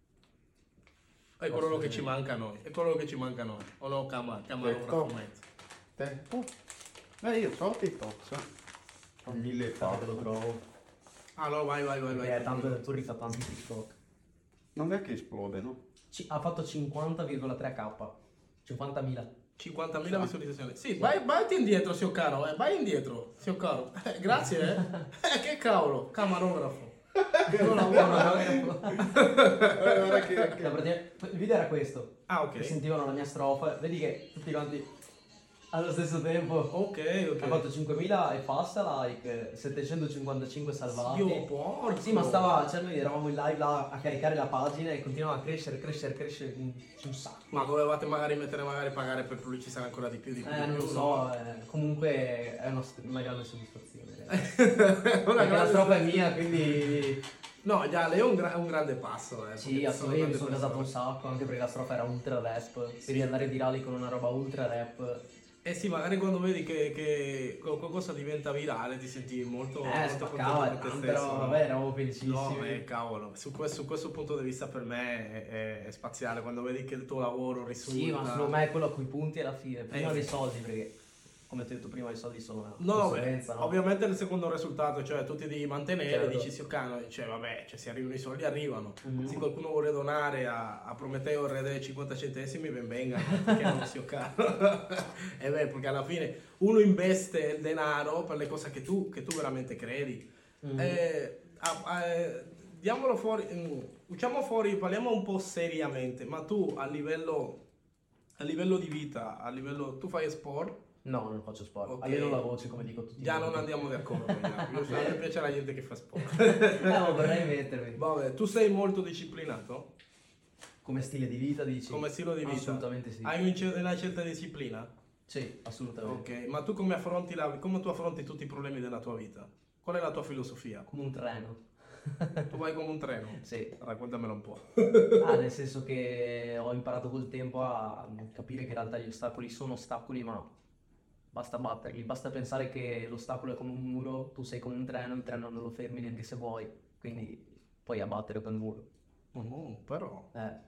È quello che ci manca a noi. È quello che ci manca a noi. O no, Camaro TikTok. fumetto. Tempo? Io ho TikTok, ho 1000 Aspetta che lo trovo. Ah no, vai. Tanto tu rifà tanti TikTok. Non è che esplode, no? Ha fatto 50,3k. 50.000. 50.000 visualizzazioni. Sì, vai indietro, Sio Caro, vai indietro, Sio Caro. Grazie, che cavolo, camarografo. Non lavoro. Guarda che... Il video era questo. Ah, Che ok. sentivano la mia strofa. Vedi che tutti quanti allo stesso tempo. Ok. Ha fatto 5.000 e passa like, 755 salvati. Io porco. Sì, ma cioè noi eravamo in live là a caricare la pagina e continuava a crescere un sacco. Ma dovevate magari pagare per pubblicizzare ancora di più. Non lo so, comunque è una grande soddisfazione. Una Perché la grande- strofa è mia, quindi... No, già, lei è un grande passo. Sì, perché assolutamente mi tante sono casato un persone. sacco, anche perché la strofa era ultra rap. Devi andare virali con una roba ultra rap. Eh sì, magari quando vedi che qualcosa diventa virale ti senti molto Spaccava, contento con te però stesso, no? vabbè, eravamo felicissimi. No, cavolo, su questo punto di vista per me è spaziale, quando vedi che il tuo lavoro risulta. Sì, ma secondo me è quello a cui punti alla fine. Prima Eh. dei soldi, perché come ti ho detto prima i soldi sono una No, conseguenza, no? ovviamente il secondo risultato, cioè tu ti devi mantenere, Certo. dici sì, ok, cioè vabbè, cioè, se arrivano i soldi arrivano. Mhm. Se qualcuno vuole donare a Prometeo Re 50 centesimi, ben venga, perché non si caro. E beh, perché alla fine uno investe il denaro per le cose che tu veramente credi. Mhm. Diamolo fuori, usciamo fuori, parliamo un po' seriamente, ma tu a livello di vita, tu fai sport? No, non faccio sport. Ok. Alleno la voce, come dico tutti. Già non andiamo d'accordo. A me piace la gente che fa sport. No, vorrei mettermi. Vabbè, tu sei molto disciplinato? Come stile di vita, dici? Come stile di vita? Assolutamente sì. Hai una certa disciplina? Sì, assolutamente. Ok, ma tu come affronti come tu affronti tutti i problemi della tua vita? Qual è la tua filosofia? Come un treno. Tu vai come un treno? Sì. Raccontamelo un po'. Nel senso che ho imparato col tempo a capire che in realtà gli ostacoli sono ostacoli, ma basta batterli, basta pensare che l'ostacolo è come un muro, tu sei come un treno, il treno non lo fermi neanche se vuoi, quindi puoi abbattere quel muro. Però.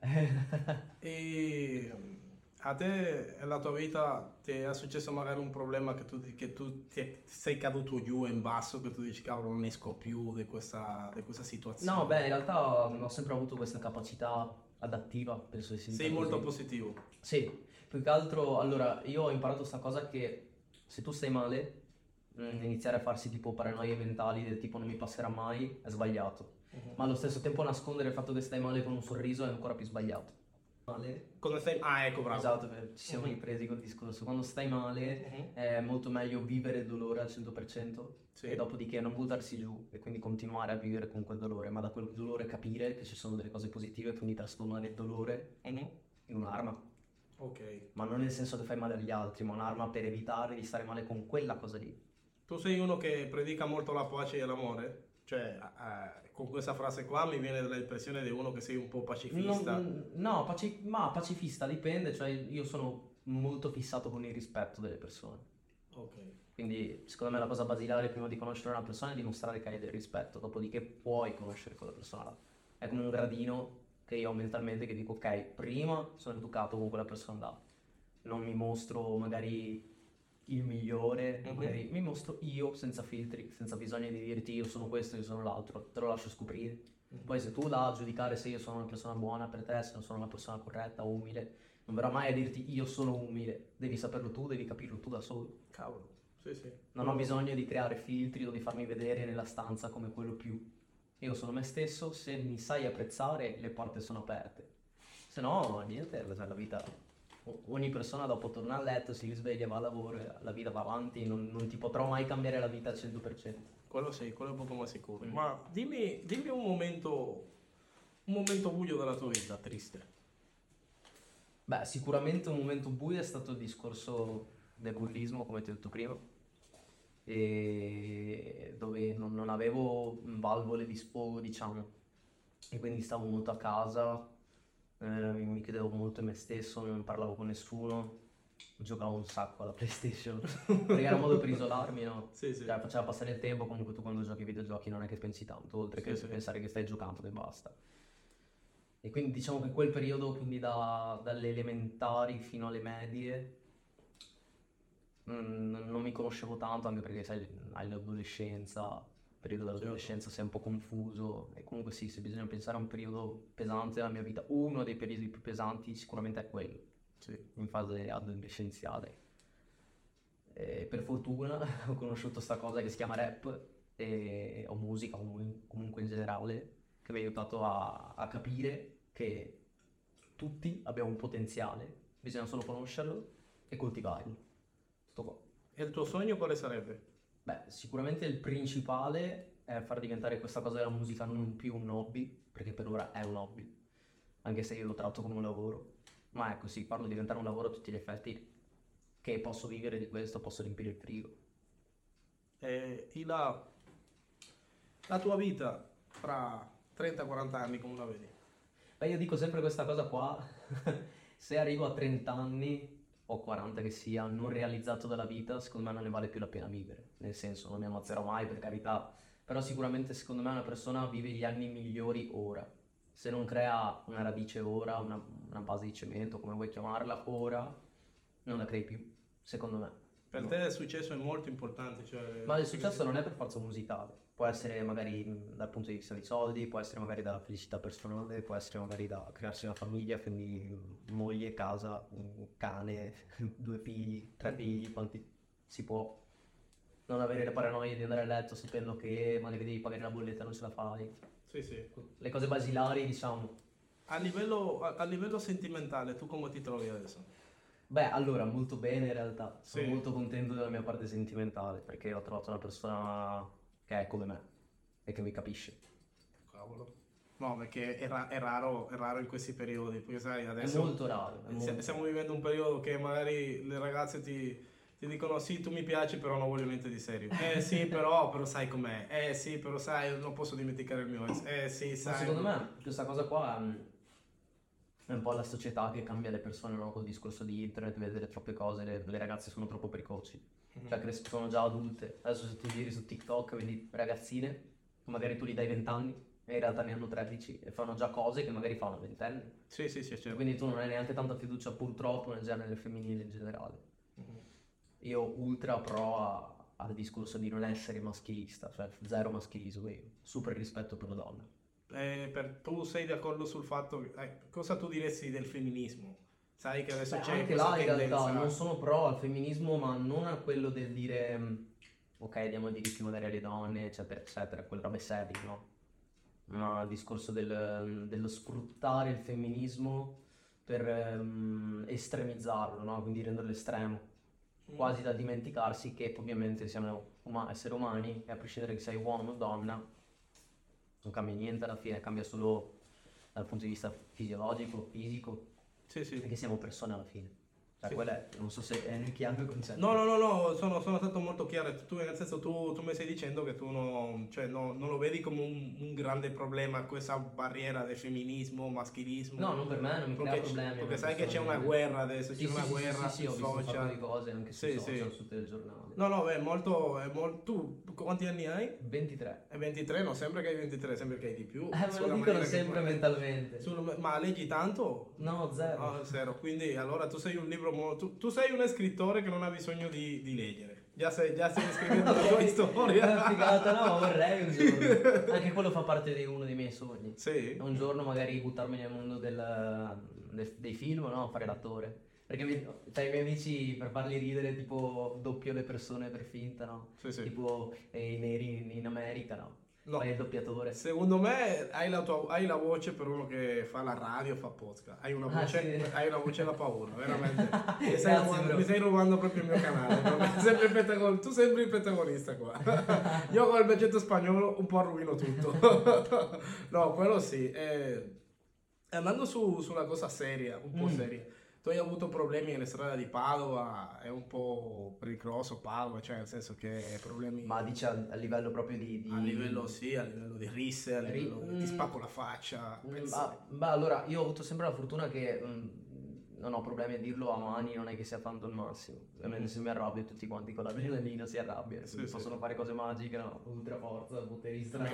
Eh. E a te nella tua vita ti è successo magari un problema che tu sei caduto giù in basso, che tu dici cavolo non esco più di questa situazione? No, beh, in realtà ho sempre avuto questa capacità adattiva, penso di sia Sei molto così. positivo. Sì, più che altro, allora, io ho imparato sta cosa che se tu stai male, iniziare a farsi tipo paranoie mentali del tipo non mi passerà mai, è sbagliato. Ma allo stesso tempo nascondere il fatto che stai male con un sorriso è ancora più sbagliato. Male? Cosa stai... Ah, ecco, bravo. Esatto, ci siamo ripresi col discorso. Quando stai male è molto meglio vivere il dolore al 100% Sì. e dopodiché non buttarsi giù e quindi continuare a vivere con quel dolore, ma da quel dolore capire che ci sono delle cose positive e quindi trasformare il dolore in un'arma. Ok. Ma non nel senso che fai male agli altri, ma un'arma per evitare di stare male con quella cosa lì. Tu sei uno che predica molto la pace e l'amore? Cioè, con questa frase qua mi viene l'impressione di uno che sei un po' pacifista. No, ma pacifista dipende, cioè io sono molto fissato con il rispetto delle persone. Ok. Quindi secondo me la cosa basilare prima di conoscere una persona è dimostrare che hai del rispetto, dopodiché puoi conoscere quella persona là. È come un gradino che io ho mentalmente che dico ok, prima sono educato con quella persona là, non mi mostro magari il migliore, magari mi mostro io senza filtri, senza bisogno di dirti io sono questo, io sono l'altro, te lo lascio scoprire. Poi se tu da giudicare se io sono una persona buona per te, se non sono una persona corretta o umile, non verrò mai a dirti io sono umile, devi saperlo tu, devi capirlo tu da solo. Cavolo. Sì, sì. Non ho bisogno di creare filtri o di farmi vedere nella stanza come quello più. Io sono me stesso, se mi sai apprezzare le porte sono aperte. Se no, niente, cioè, la vita... Ogni persona dopo torna a letto, si risveglia, va al lavoro, la vita va avanti, non ti potrò mai cambiare la vita al 100%. Quello sì, quello è poco ma sicuro. Ma dimmi un momento buio della tua vita, triste. Beh, sicuramente un momento buio è stato il discorso del bullismo, come ti ho detto prima, e dove non avevo valvole di sfogo, diciamo, e quindi stavo molto a casa, mi chiudevo molto in me stesso, non parlavo con nessuno, giocavo un sacco alla PlayStation, perché era un modo per isolarmi, no? Sì, sì. Cioè, faceva passare il tempo, comunque tu quando giochi ai videogiochi non è che pensi tanto, oltre che Sì. pensare che stai giocando e basta. E quindi diciamo che quel periodo, quindi dalle elementari fino alle medie, non mi conoscevo tanto, anche perché sai, hai l'adolescenza, il periodo dell'adolescenza sei un po' confuso e comunque sì, se bisogna pensare a un periodo pesante della mia vita, uno dei periodi più pesanti sicuramente è quello, Sì. in fase adolescenziale. E per fortuna ho conosciuto sta cosa che si chiama rap o musica comunque in generale, che mi ha aiutato a capire che tutti abbiamo un potenziale, bisogna solo conoscerlo e coltivarlo. Tutto qua. E il tuo sogno quale sarebbe? Beh, sicuramente il principale è far diventare questa cosa della musica non più un hobby, perché per ora è un hobby, anche se io lo tratto come un lavoro. Ma ecco, sì, farlo diventare un lavoro a tutti gli effetti, che posso vivere di questo, posso riempire il frigo. E la tua vita fra 30-40 anni come la vedi? Beh, io dico sempre questa cosa qua, se arrivo a 30 anni o 40 che sia, non realizzato dalla vita, secondo me non ne vale più la pena vivere. Nel senso, non mi ammazzerò mai, per carità, però sicuramente secondo me una persona vive gli anni migliori ora. Se non crea una radice ora, una base di cemento, come vuoi chiamarla, ora, non la crei più, secondo me. Per No. te il successo è molto importante, cioè... Ma il successo non è per forza musicale, può essere magari dal punto di vista dei soldi, può essere magari dalla felicità personale, può essere magari da crearsi una famiglia, quindi moglie, casa, un cane, 2 figli, 3 figli, quanti si può. Non avere le paranoie di andare a letto sapendo che magari devi pagare la bolletta e non ce la fai. Sì, sì. Le cose basilari, diciamo. A livello sentimentale, tu come ti trovi adesso? Beh, allora, molto bene in realtà, sono Sì. molto contento della mia parte sentimentale perché ho trovato una persona che è come me e che mi capisce. Cavolo. No, perché è raro in questi periodi, perché sai, È adesso molto raro. È molto stiamo vivendo un periodo che magari le ragazze ti dicono sì, tu mi piaci, però non voglio niente di serio. Sì, però sai com'è. Sì, però sai, non posso dimenticare il mio ex. Sì, Ma sai. secondo me questa cosa qua è un po' la società che cambia le persone, no? Col discorso di internet, vedere troppe cose, le ragazze sono troppo precoci, cioè crescono già adulte. Adesso se tu giri su TikTok vedi ragazzine, magari tu gli dai 20 anni e in realtà ne hanno 13 e fanno già cose che magari fanno 20 anni. Sì, certo. Quindi tu non hai neanche tanta fiducia purtroppo nel genere femminile in generale. Io ultra al discorso di non essere maschilista, cioè zero maschilismo, io super rispetto per la donna. Tu sei d'accordo sul fatto cosa tu diresti del femminismo? Sai che adesso c'è Anche questa là in tendenza. realtà non sono pro al femminismo, ma non a quello del dire ok, diamo i diritti magari alle donne, eccetera, eccetera, quelle robe serie, no? No, al discorso dello sfruttare il femminismo per estremizzarlo, no? Quindi renderlo estremo, quasi da dimenticarsi che ovviamente siamo esseri umani e a prescindere che sei uomo o donna non cambia niente alla fine, cambia solo dal punto di vista fisiologico, fisico, Sì. perché siamo persone alla fine. Cioè, Sì. quella è, non so se è chiaro il concetto. No, sono stato molto chiaro. Tu, nel senso, tu mi stai dicendo che tu non lo vedi come un grande problema questa barriera del femminismo, maschilismo. No, non per me, non mi crea problemi. Perché sai che c'è una guerra adesso, c'è una guerra sì, ho sui visto un sacco social. di cose anche sui social, su telegiornali. No, è molto. Tu quanti anni hai? 23. È 23, non sembra che hai 23, sembra che hai di più. Me Sulla lo dicono maniera che sempre parli. mentalmente. Ma leggi tanto? No, zero. No, zero. Quindi allora tu sei un libro tu sei uno scrittore che non ha bisogno di leggere. Già stai scrivendo la tua storia. Figata, no, ma vorrei un giorno. Anche quello fa parte di uno dei miei sogni. Sì. Un giorno magari buttarmi nel mondo dei film, no? Fare l'attore. Perché i miei amici per farli ridere tipo doppio le persone per finta, no? Sì. Tipo i neri in America, no? No. Fai il doppiatore. Secondo me hai la voce per uno che fa la radio, fa podcast. Hai una voce, sì. hai una voce da paura, veramente. Grazie, bro. Mi stai rubando proprio il mio canale. Tu sei il protagonista qua. Io con il accento spagnolo un po' rovino tutto. No, quello sì. Andando sulla cosa seria, un po' seria. Tu hai avuto problemi nella strada di Padova, è un po' pericoloso Padova, cioè nel senso che problemi... Ma dice a livello proprio di... A livello di risse, a livello ti spacco la faccia. Allora, io ho avuto sempre la fortuna che non ho problemi a dirlo a mani, non è che sia tanto il massimo. Ovviamente se mi arrabbio tutti quanti con l'adrenalina si arrabbiano, Sì, possono fare cose magiche, no? Ultra forza, poteri strani,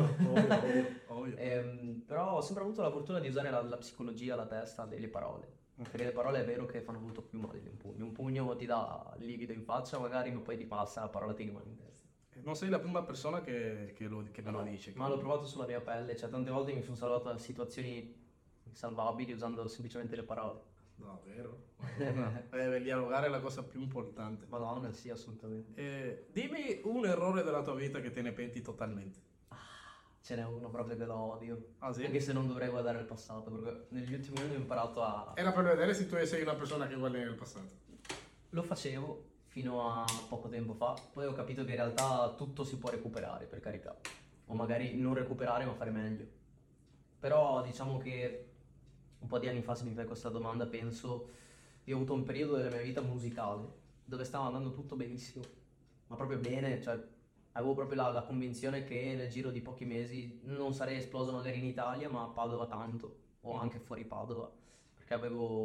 Ovvio. però ho sempre avuto la fortuna di usare la psicologia, la testa, delle parole. Perché le parole è vero che fanno molto più male di un pugno. Un pugno ti dà livido in faccia magari, ma poi ti passa la parola ti rimane in testa. Non sei la prima persona che me lo dice. Ma l'ho provato sulla mia pelle, cioè tante volte mi sono salvato da situazioni insalvabili usando semplicemente le parole. No, vero. Dialogare è la cosa più importante. Madonna, sì, assolutamente. Dimmi un errore della tua vita che te ne penti totalmente. Ce n'è uno proprio che lo odio. Ah, sì? Anche se non dovrei guardare il passato, perché negli ultimi anni ho imparato a... Era per vedere se tu sei una persona che guarda nel passato. Lo facevo fino a poco tempo fa, poi ho capito che in realtà tutto si può recuperare, per carità. O magari non recuperare ma fare meglio. Però diciamo che un po' di anni fa, se mi fai questa domanda, penso... Io ho avuto un periodo della mia vita musicale dove stava andando tutto benissimo, ma proprio bene, cioè... Avevo proprio la convinzione che nel giro di pochi mesi non sarei esploso magari in Italia, ma a Padova tanto, o anche fuori Padova, perché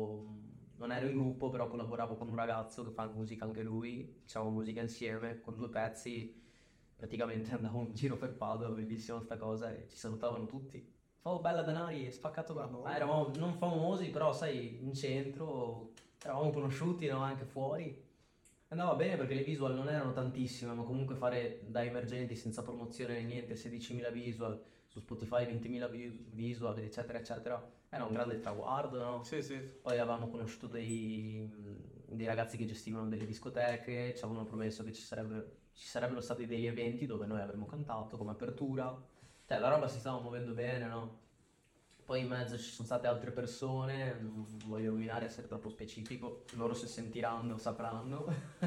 non ero in gruppo, però collaboravo con un ragazzo che fa musica anche lui, facciamo musica insieme, con 2 pezzi, praticamente andavo in giro per Padova, bellissima sta cosa, e ci salutavano tutti. Oh, bella Danari, è spaccato da... eravamo non famosi, però sai, in centro, eravamo conosciuti, no? Anche fuori. Andava bene perché le visual non erano tantissime, ma comunque fare da emergenti senza promozione né niente 16.000 visual, su Spotify 20.000 visual, eccetera, eccetera, era un grande traguardo, no? Sì. Poi avevamo conosciuto dei ragazzi che gestivano delle discoteche, ci avevano promesso che ci sarebbero stati degli eventi dove noi avremmo cantato come apertura, cioè la roba si stava muovendo bene, no? Poi in mezzo ci sono state altre persone, non voglio rovinare, essere troppo specifico, loro se sentiranno sapranno,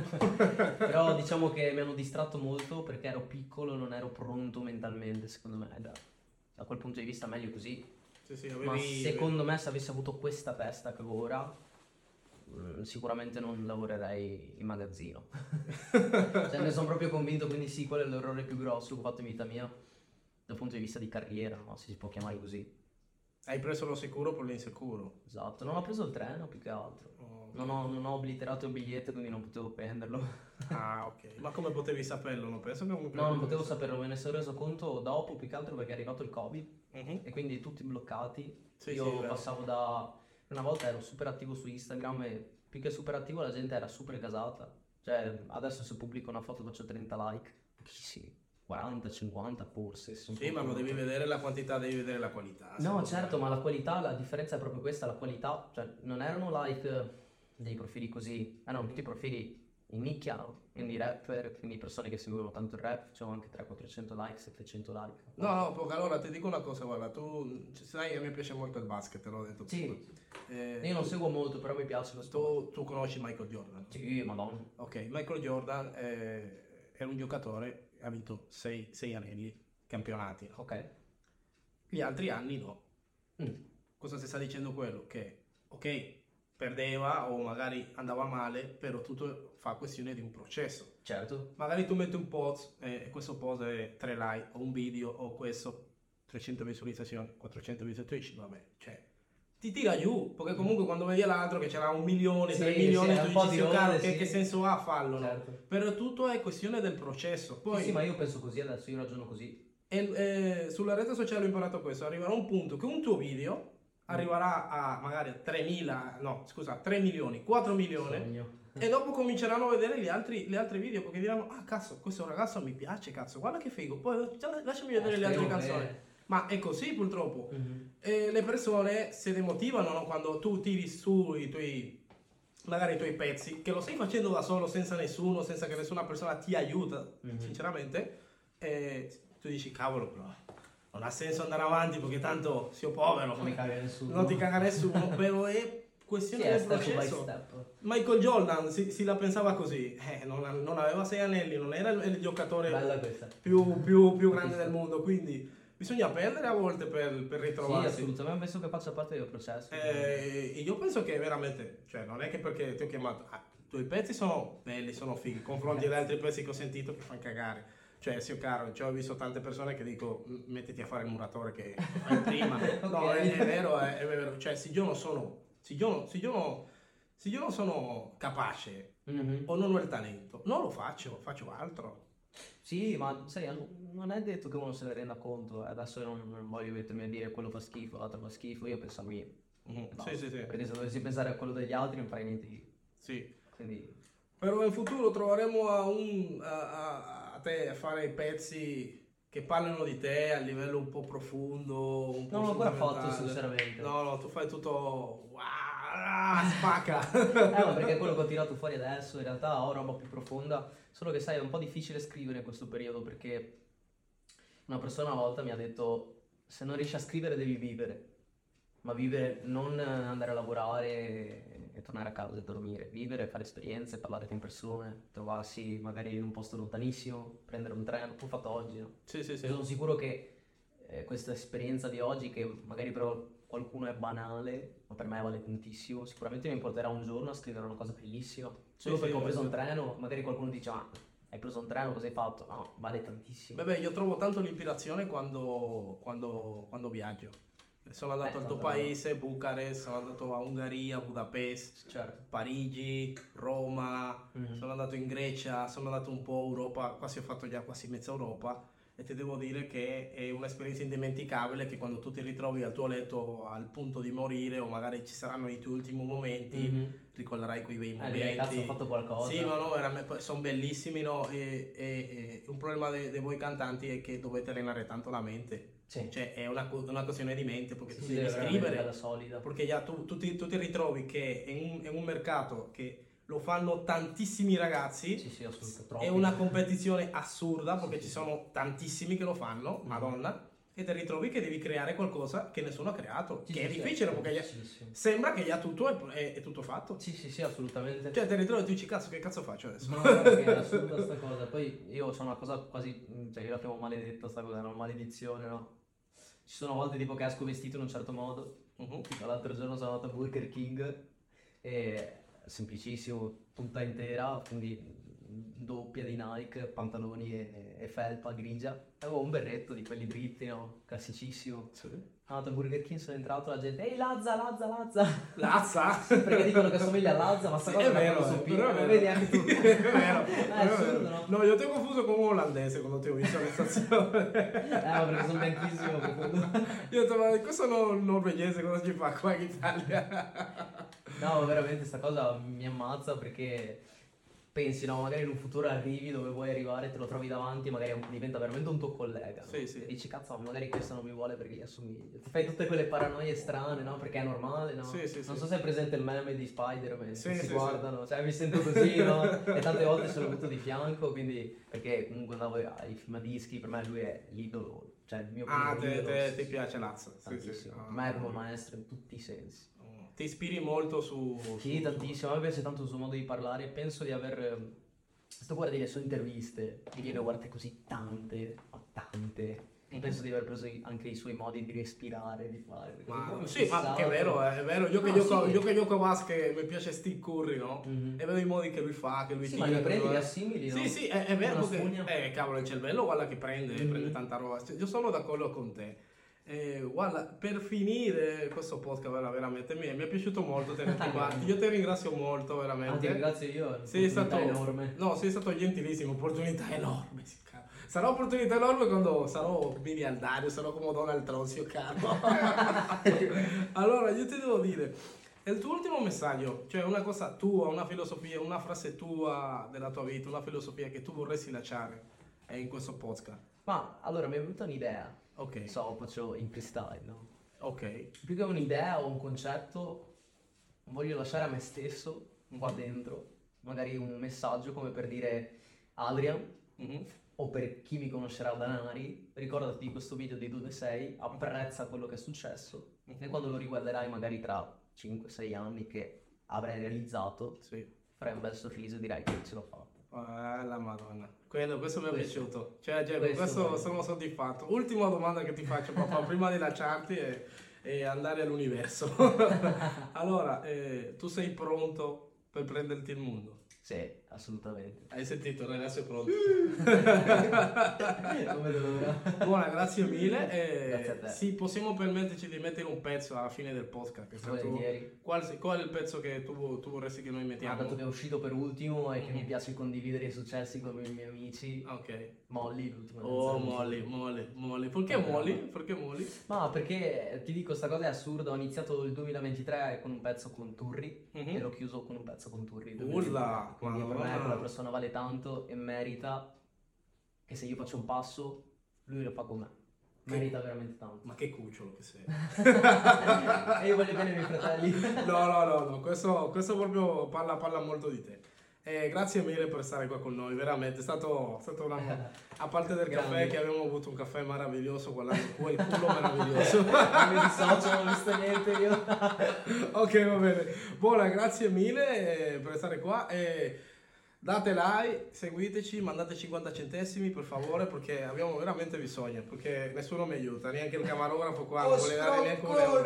però diciamo che mi hanno distratto molto perché ero piccolo e non ero pronto mentalmente secondo me Da quel punto di vista meglio così. Sì, Ma secondo me se avessi avuto questa testa che ho ora, sicuramente non lavorerei in magazzino. Cioè, ne sono proprio convinto, quindi sì, quello è l'errore più grosso che ho fatto in vita mia, dal punto di vista di carriera, no? Se si può chiamare così. Hai preso lo sicuro per l'insicuro. Esatto, non ho preso il treno più che altro. Oh, Non ho obliterato il biglietto, quindi non potevo prenderlo. Ah, ok. Ma come potevi saperlo? Non penso che comunque... No, non potevo saperlo, me ne sono reso conto dopo, più che altro perché è arrivato il Covid Mhm. e quindi tutti bloccati. Sì, Io sì, è vero. passavo da... Una volta ero super attivo su Instagram e più che super attivo la gente era super gasata. Cioè, adesso se pubblico una foto faccio 30 like, pochissimi, 40, 50 forse. se sono Sì, ma non fortunato. devi vedere la quantità, devi vedere la qualità. No, secondo certo, me. ma la qualità, la differenza è proprio questa, la qualità, cioè non erano like dei profili così, erano tutti profili in nicchia, no? Quindi rapper, quindi persone che seguono tanto il rap, facevano anche 300-400 like, 700 like. No, poco. Allora ti dico una cosa, guarda, tu sai, a me piace molto il basket, te l'ho detto Sì. prima. Io non seguo molto, però mi piace lo sport. Tu conosci Michael Jordan? Sì, madonna. Ok, Michael Jordan è un giocatore, ha vinto 6 anelli, campionati. Ok. Gli altri anni no. Mm. Cosa si sta dicendo quello? Che, ok, perdeva o magari andava male, però tutto fa questione di un processo. Certo. Magari tu metti un post e questo post è 3 like, o un video, o questo 300 visualizzazioni, 400 visualizzazioni, vabbè, cioè ti tira giù, perché comunque quando vedi l'altro che c'era 1 milione, Sì, 3 milioni, sì, tu un po' dici, di "Sì, caro, onde, sì." che senso ha farlo, no? Certo. Però tutto è questione del processo. Poi Sì, ma io penso così adesso, io ragiono così. sulla rete sociale ho imparato questo, arriverà un punto che un tuo video arriverà a magari 3 milioni, 4 milioni, Sogno. e dopo cominceranno a vedere gli altri video perché diranno, ah cazzo, questo ragazzo mi piace, cazzo, guarda che figo, poi lasciami vedere le altre spero canzoni. che- Ma è così purtroppo. Mhm. E le persone si demotivano, no? Quando tu tiri su magari i tuoi pezzi, che lo stai facendo da solo, senza nessuno, senza che nessuna persona ti aiuta, sinceramente, e tu dici, cavolo, però non ha senso andare avanti perché tanto io povero, Non mi caga nessuno. non ti caga nessuno, però è Sì, questione è del step by processo. step. Michael Jordan si la pensava così, non aveva 6 anelli, non era il giocatore Bella questa. più grande del mondo, quindi bisogna perdere a volte per Sì, ritrovarsi. assolutamente, penso che faccia parte del processo. E io penso che veramente, cioè non è che perché ti ho chiamato, i tuoi pezzi sono belli, sono fighi, confronti agli altri pezzi che ho sentito che fanno cagare. Cioè, sì, caro, cioè, ho visto tante persone che dico, mettiti a fare il muratore che fai prima. No, Ok. è vero, è vero. Cioè, se io non sono capace Mhm. o non ho il talento, non lo faccio altro. Sì, ma sai, non è detto che uno se ne renda conto. Adesso non voglio mettermi a dire quello fa schifo, l'altro fa schifo, io penso a me. Sì, sì, sì. Perché se dovessi pensare a quello degli altri non farei niente io. Sì. Quindi, Però in futuro troveremo a te a fare i pezzi che parlano di te a livello un po' profondo, un po' non l'ho ancora fatto, sentimentale. sinceramente. No, tu fai tutto spacca. Ma perché è quello che ho tirato fuori adesso, in realtà ho roba più profonda, solo che sai, è un po' difficile scrivere in questo periodo perché una persona una volta mi ha detto, se non riesci a scrivere devi vivere, ma vivere non andare a lavorare e tornare a casa e dormire, vivere, fare esperienze, parlare con persone, trovarsi magari in un posto lontanissimo, prendere un treno, come ho fatto oggi, no? Sì, sì, sì. Io sono sicuro che questa esperienza di oggi, che magari per qualcuno è banale, ma per me vale tantissimo, sicuramente mi porterà un giorno a scrivere una cosa bellissima. Solo Sì, perché sì, ho preso sì. un treno, magari qualcuno dice, ma hai preso un treno, cosa hai fatto? No, vale tantissimo. Beh, io trovo tanto l'ispirazione quando viaggio. Sono andato al tuo tanto paese, Bucarest, sono andato a Ungheria, Budapest, Certo. Parigi, Roma, Mhm. sono andato in Grecia, sono andato un po' Europa, quasi ho fatto già quasi mezza Europa e ti devo dire che è un'esperienza indimenticabile che quando tu ti ritrovi al tuo letto al punto di morire o magari ci saranno i tuoi ultimi momenti, Mhm. ricorderai quei bei Direi, cazzo, ho momenti. fatto qualcosa. Sì, ma no, sono bellissimi, no? E un problema di voi cantanti è che dovete allenare tanto la mente. Sì. Cioè, è una questione di mente, perché tu Sì, devi deve avere una mente scrivere, bella solida. perché già tu ti ritrovi che è un mercato che lo fanno tantissimi ragazzi, Sì, sì, assolutamente. è una competizione assurda, perché ci sono tantissimi che lo fanno, madonna, e ti ritrovi che devi creare qualcosa che nessuno ha creato, Sì, che sì, è sì, difficile, perché difficilissimo. sembra che già tutto è tutto fatto. Sì, sì, sì, assolutamente. Cioè, ti ritrovi e tu dici, cazzo, che cazzo faccio adesso? No, perché è assurda sta cosa. Poi io ho una cosa quasi, cioè io la chiamo maledetta sta cosa, è una maledizione, no? Ci sono volte tipo che esco vestito in un certo modo. Tipo l'altro giorno sono andato a Burger King e semplicissimo, tutta intera, quindi doppia di Nike, pantaloni e felpa grigia. Avevo un berretto di quelli dritti, no? Classicissimo. Sì. Sono andato a Burger King, sono entrato, la gente, ehi Lazza, Lazza, Lazza. Lazza? Perché dicono che somiglia a Lazza, ma sta Sì, cosa è vero, su però è lo vero. vedi anche tu. È vero, È assurdo, no? No, io ti ho confuso con un olandese quando ti ho visto alla stazione. Ma perché sono bianchissimo, per quello. Io ho detto, ma questo norvegese cosa ci fa qua in Italia? No, veramente sta cosa mi ammazza perché pensi, no, magari in un futuro arrivi dove vuoi arrivare, te lo trovi davanti e magari diventa veramente un tuo collega, no? Sì, sì. E dici, cazzo, magari questo non mi vuole perché gli assomiglio. Ti fai tutte quelle paranoie strane, no? Perché è normale, no? Sì, sì, Non sì. so se è presente il meme di Spider-Man, Sì, che sì, si guardano, cioè mi sento così, no? E tante volte sono avuto di fianco, quindi, perché comunque andavo ai film a dischi, per me lui è l'idolo, cioè il mio Ah, primo idolo. ti piace Lazza? Sì, sì. Tantissimo. Ah. Per me è come maestro in tutti i sensi. Ti ispiri molto su... Sì, tantissimo, a me piace tanto il suo modo di parlare, penso di aver... Sto guardando le sue interviste, e gliene ho guardate così tante, ma tante, e penso di aver preso anche i suoi modi di respirare, di fare. perché Ma, proprio sì, ma fissato. che è vero, è vero. Io che No, gioco, sì. io che gioco a basket mi piace Steve Curry, no? Mhm. E vedo i modi che lui fa, che lui Sì, tira. ma li che prendi, lui- li assimili, no? Sì, sì, è vero. Una Perché, spugna. cavolo, il cervello, guarda che prende, Mhm. prende tanta roba. Cioè, io sono d'accordo con te. Guarda, per finire questo podcast, guarda, veramente mi è piaciuto molto tenerti qua. Io ti ringrazio molto, veramente. Ah, ti ringrazio io, Sei stato enorme. No, sei stato gentilissimo, opportunità enorme. Sì, caro. Sarà opportunità enorme quando sarò miliardario, sarò come Donald Trump, zio caro. Allora, io ti devo dire, è il tuo ultimo messaggio, cioè una cosa tua, una filosofia, una frase tua della tua vita, una filosofia che tu vorresti lasciare in questo podcast. Ma allora mi è venuta un'idea, Ok, so, faccio in freestyle, no? ok. Più che un'idea o un concetto, voglio lasciare a me stesso, qua dentro, magari un messaggio come per dire Adrian, Mhm. o per chi mi conoscerà da Nari, ricordati di questo video di dove sei, apprezza quello che è successo e quando lo riguarderai magari tra 5-6 anni che avrai realizzato, Sì. farai un bel sorriso e dirai che ce l'ho fatta. La Madonna, questo mi è Questo. piaciuto, cioè Questo questo voglio. sono soddisfatto. Ultima domanda che ti faccio papà prima di lasciarti e andare all'universo. Allora, tu sei pronto per prenderti il mondo? Sì, assolutamente. Hai sentito, ragazzi, è pronto. Non vedo l'ora. Buona, grazie mille. Grazie a te. Sì, possiamo permetterci di mettere un pezzo alla fine del podcast. Che è stato- Volentieri. Qual è il pezzo che tu vorresti che noi mettiamo? Dato che è uscito per ultimo e che mi piace condividere i successi con i miei amici, Ok. Molly, l'ultima Oh, canzone. Molly. Perché Molly? Perché Molly? Ma perché ti dico, sta cosa è assurda, ho iniziato il 2023 con un pezzo con Turri Mhm. e l'ho chiuso con un pezzo con Turri. il Urla, 2023. Quindi per me Madonna. quella persona vale tanto e merita che se io faccio un passo, lui lo fa con me. Merita veramente tanto. Ma che cucciolo che sei. E io voglio bene i miei fratelli. No, questo proprio parla molto di te. Grazie mille per stare qua con noi, veramente è stato una... A parte del caffè, Grande. che abbiamo avuto un caffè meraviglioso, guardando quel culo meraviglioso. Non mi dissocio, non ho visto niente io. Ok, va bene. Buona, grazie mille per stare qua. Date like, seguiteci, mandate 50 centesimi per favore, perché abbiamo veramente bisogno, perché nessuno mi aiuta, neanche il camarografo qua non vuole dare neanche un euro.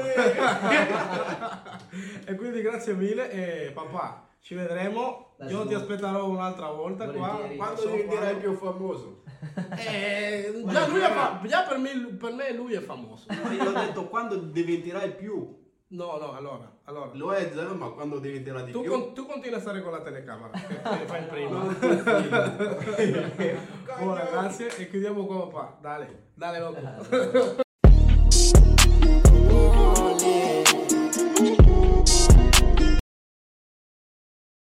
E quindi grazie mille e papà, ci vedremo. Dai, Io su. ti aspetterò un'altra volta qua. Volentieri. Quando So diventerai quando. più famoso? Già per me lui è famoso. Io ho detto quando diventerai più. No, allora. Lo è già, ma quando diventerà di più? Tu continui a stare con la telecamera, che fai in prima. Non è possibile. Buona, grazie e chiudiamo qua papà. Dale, loco.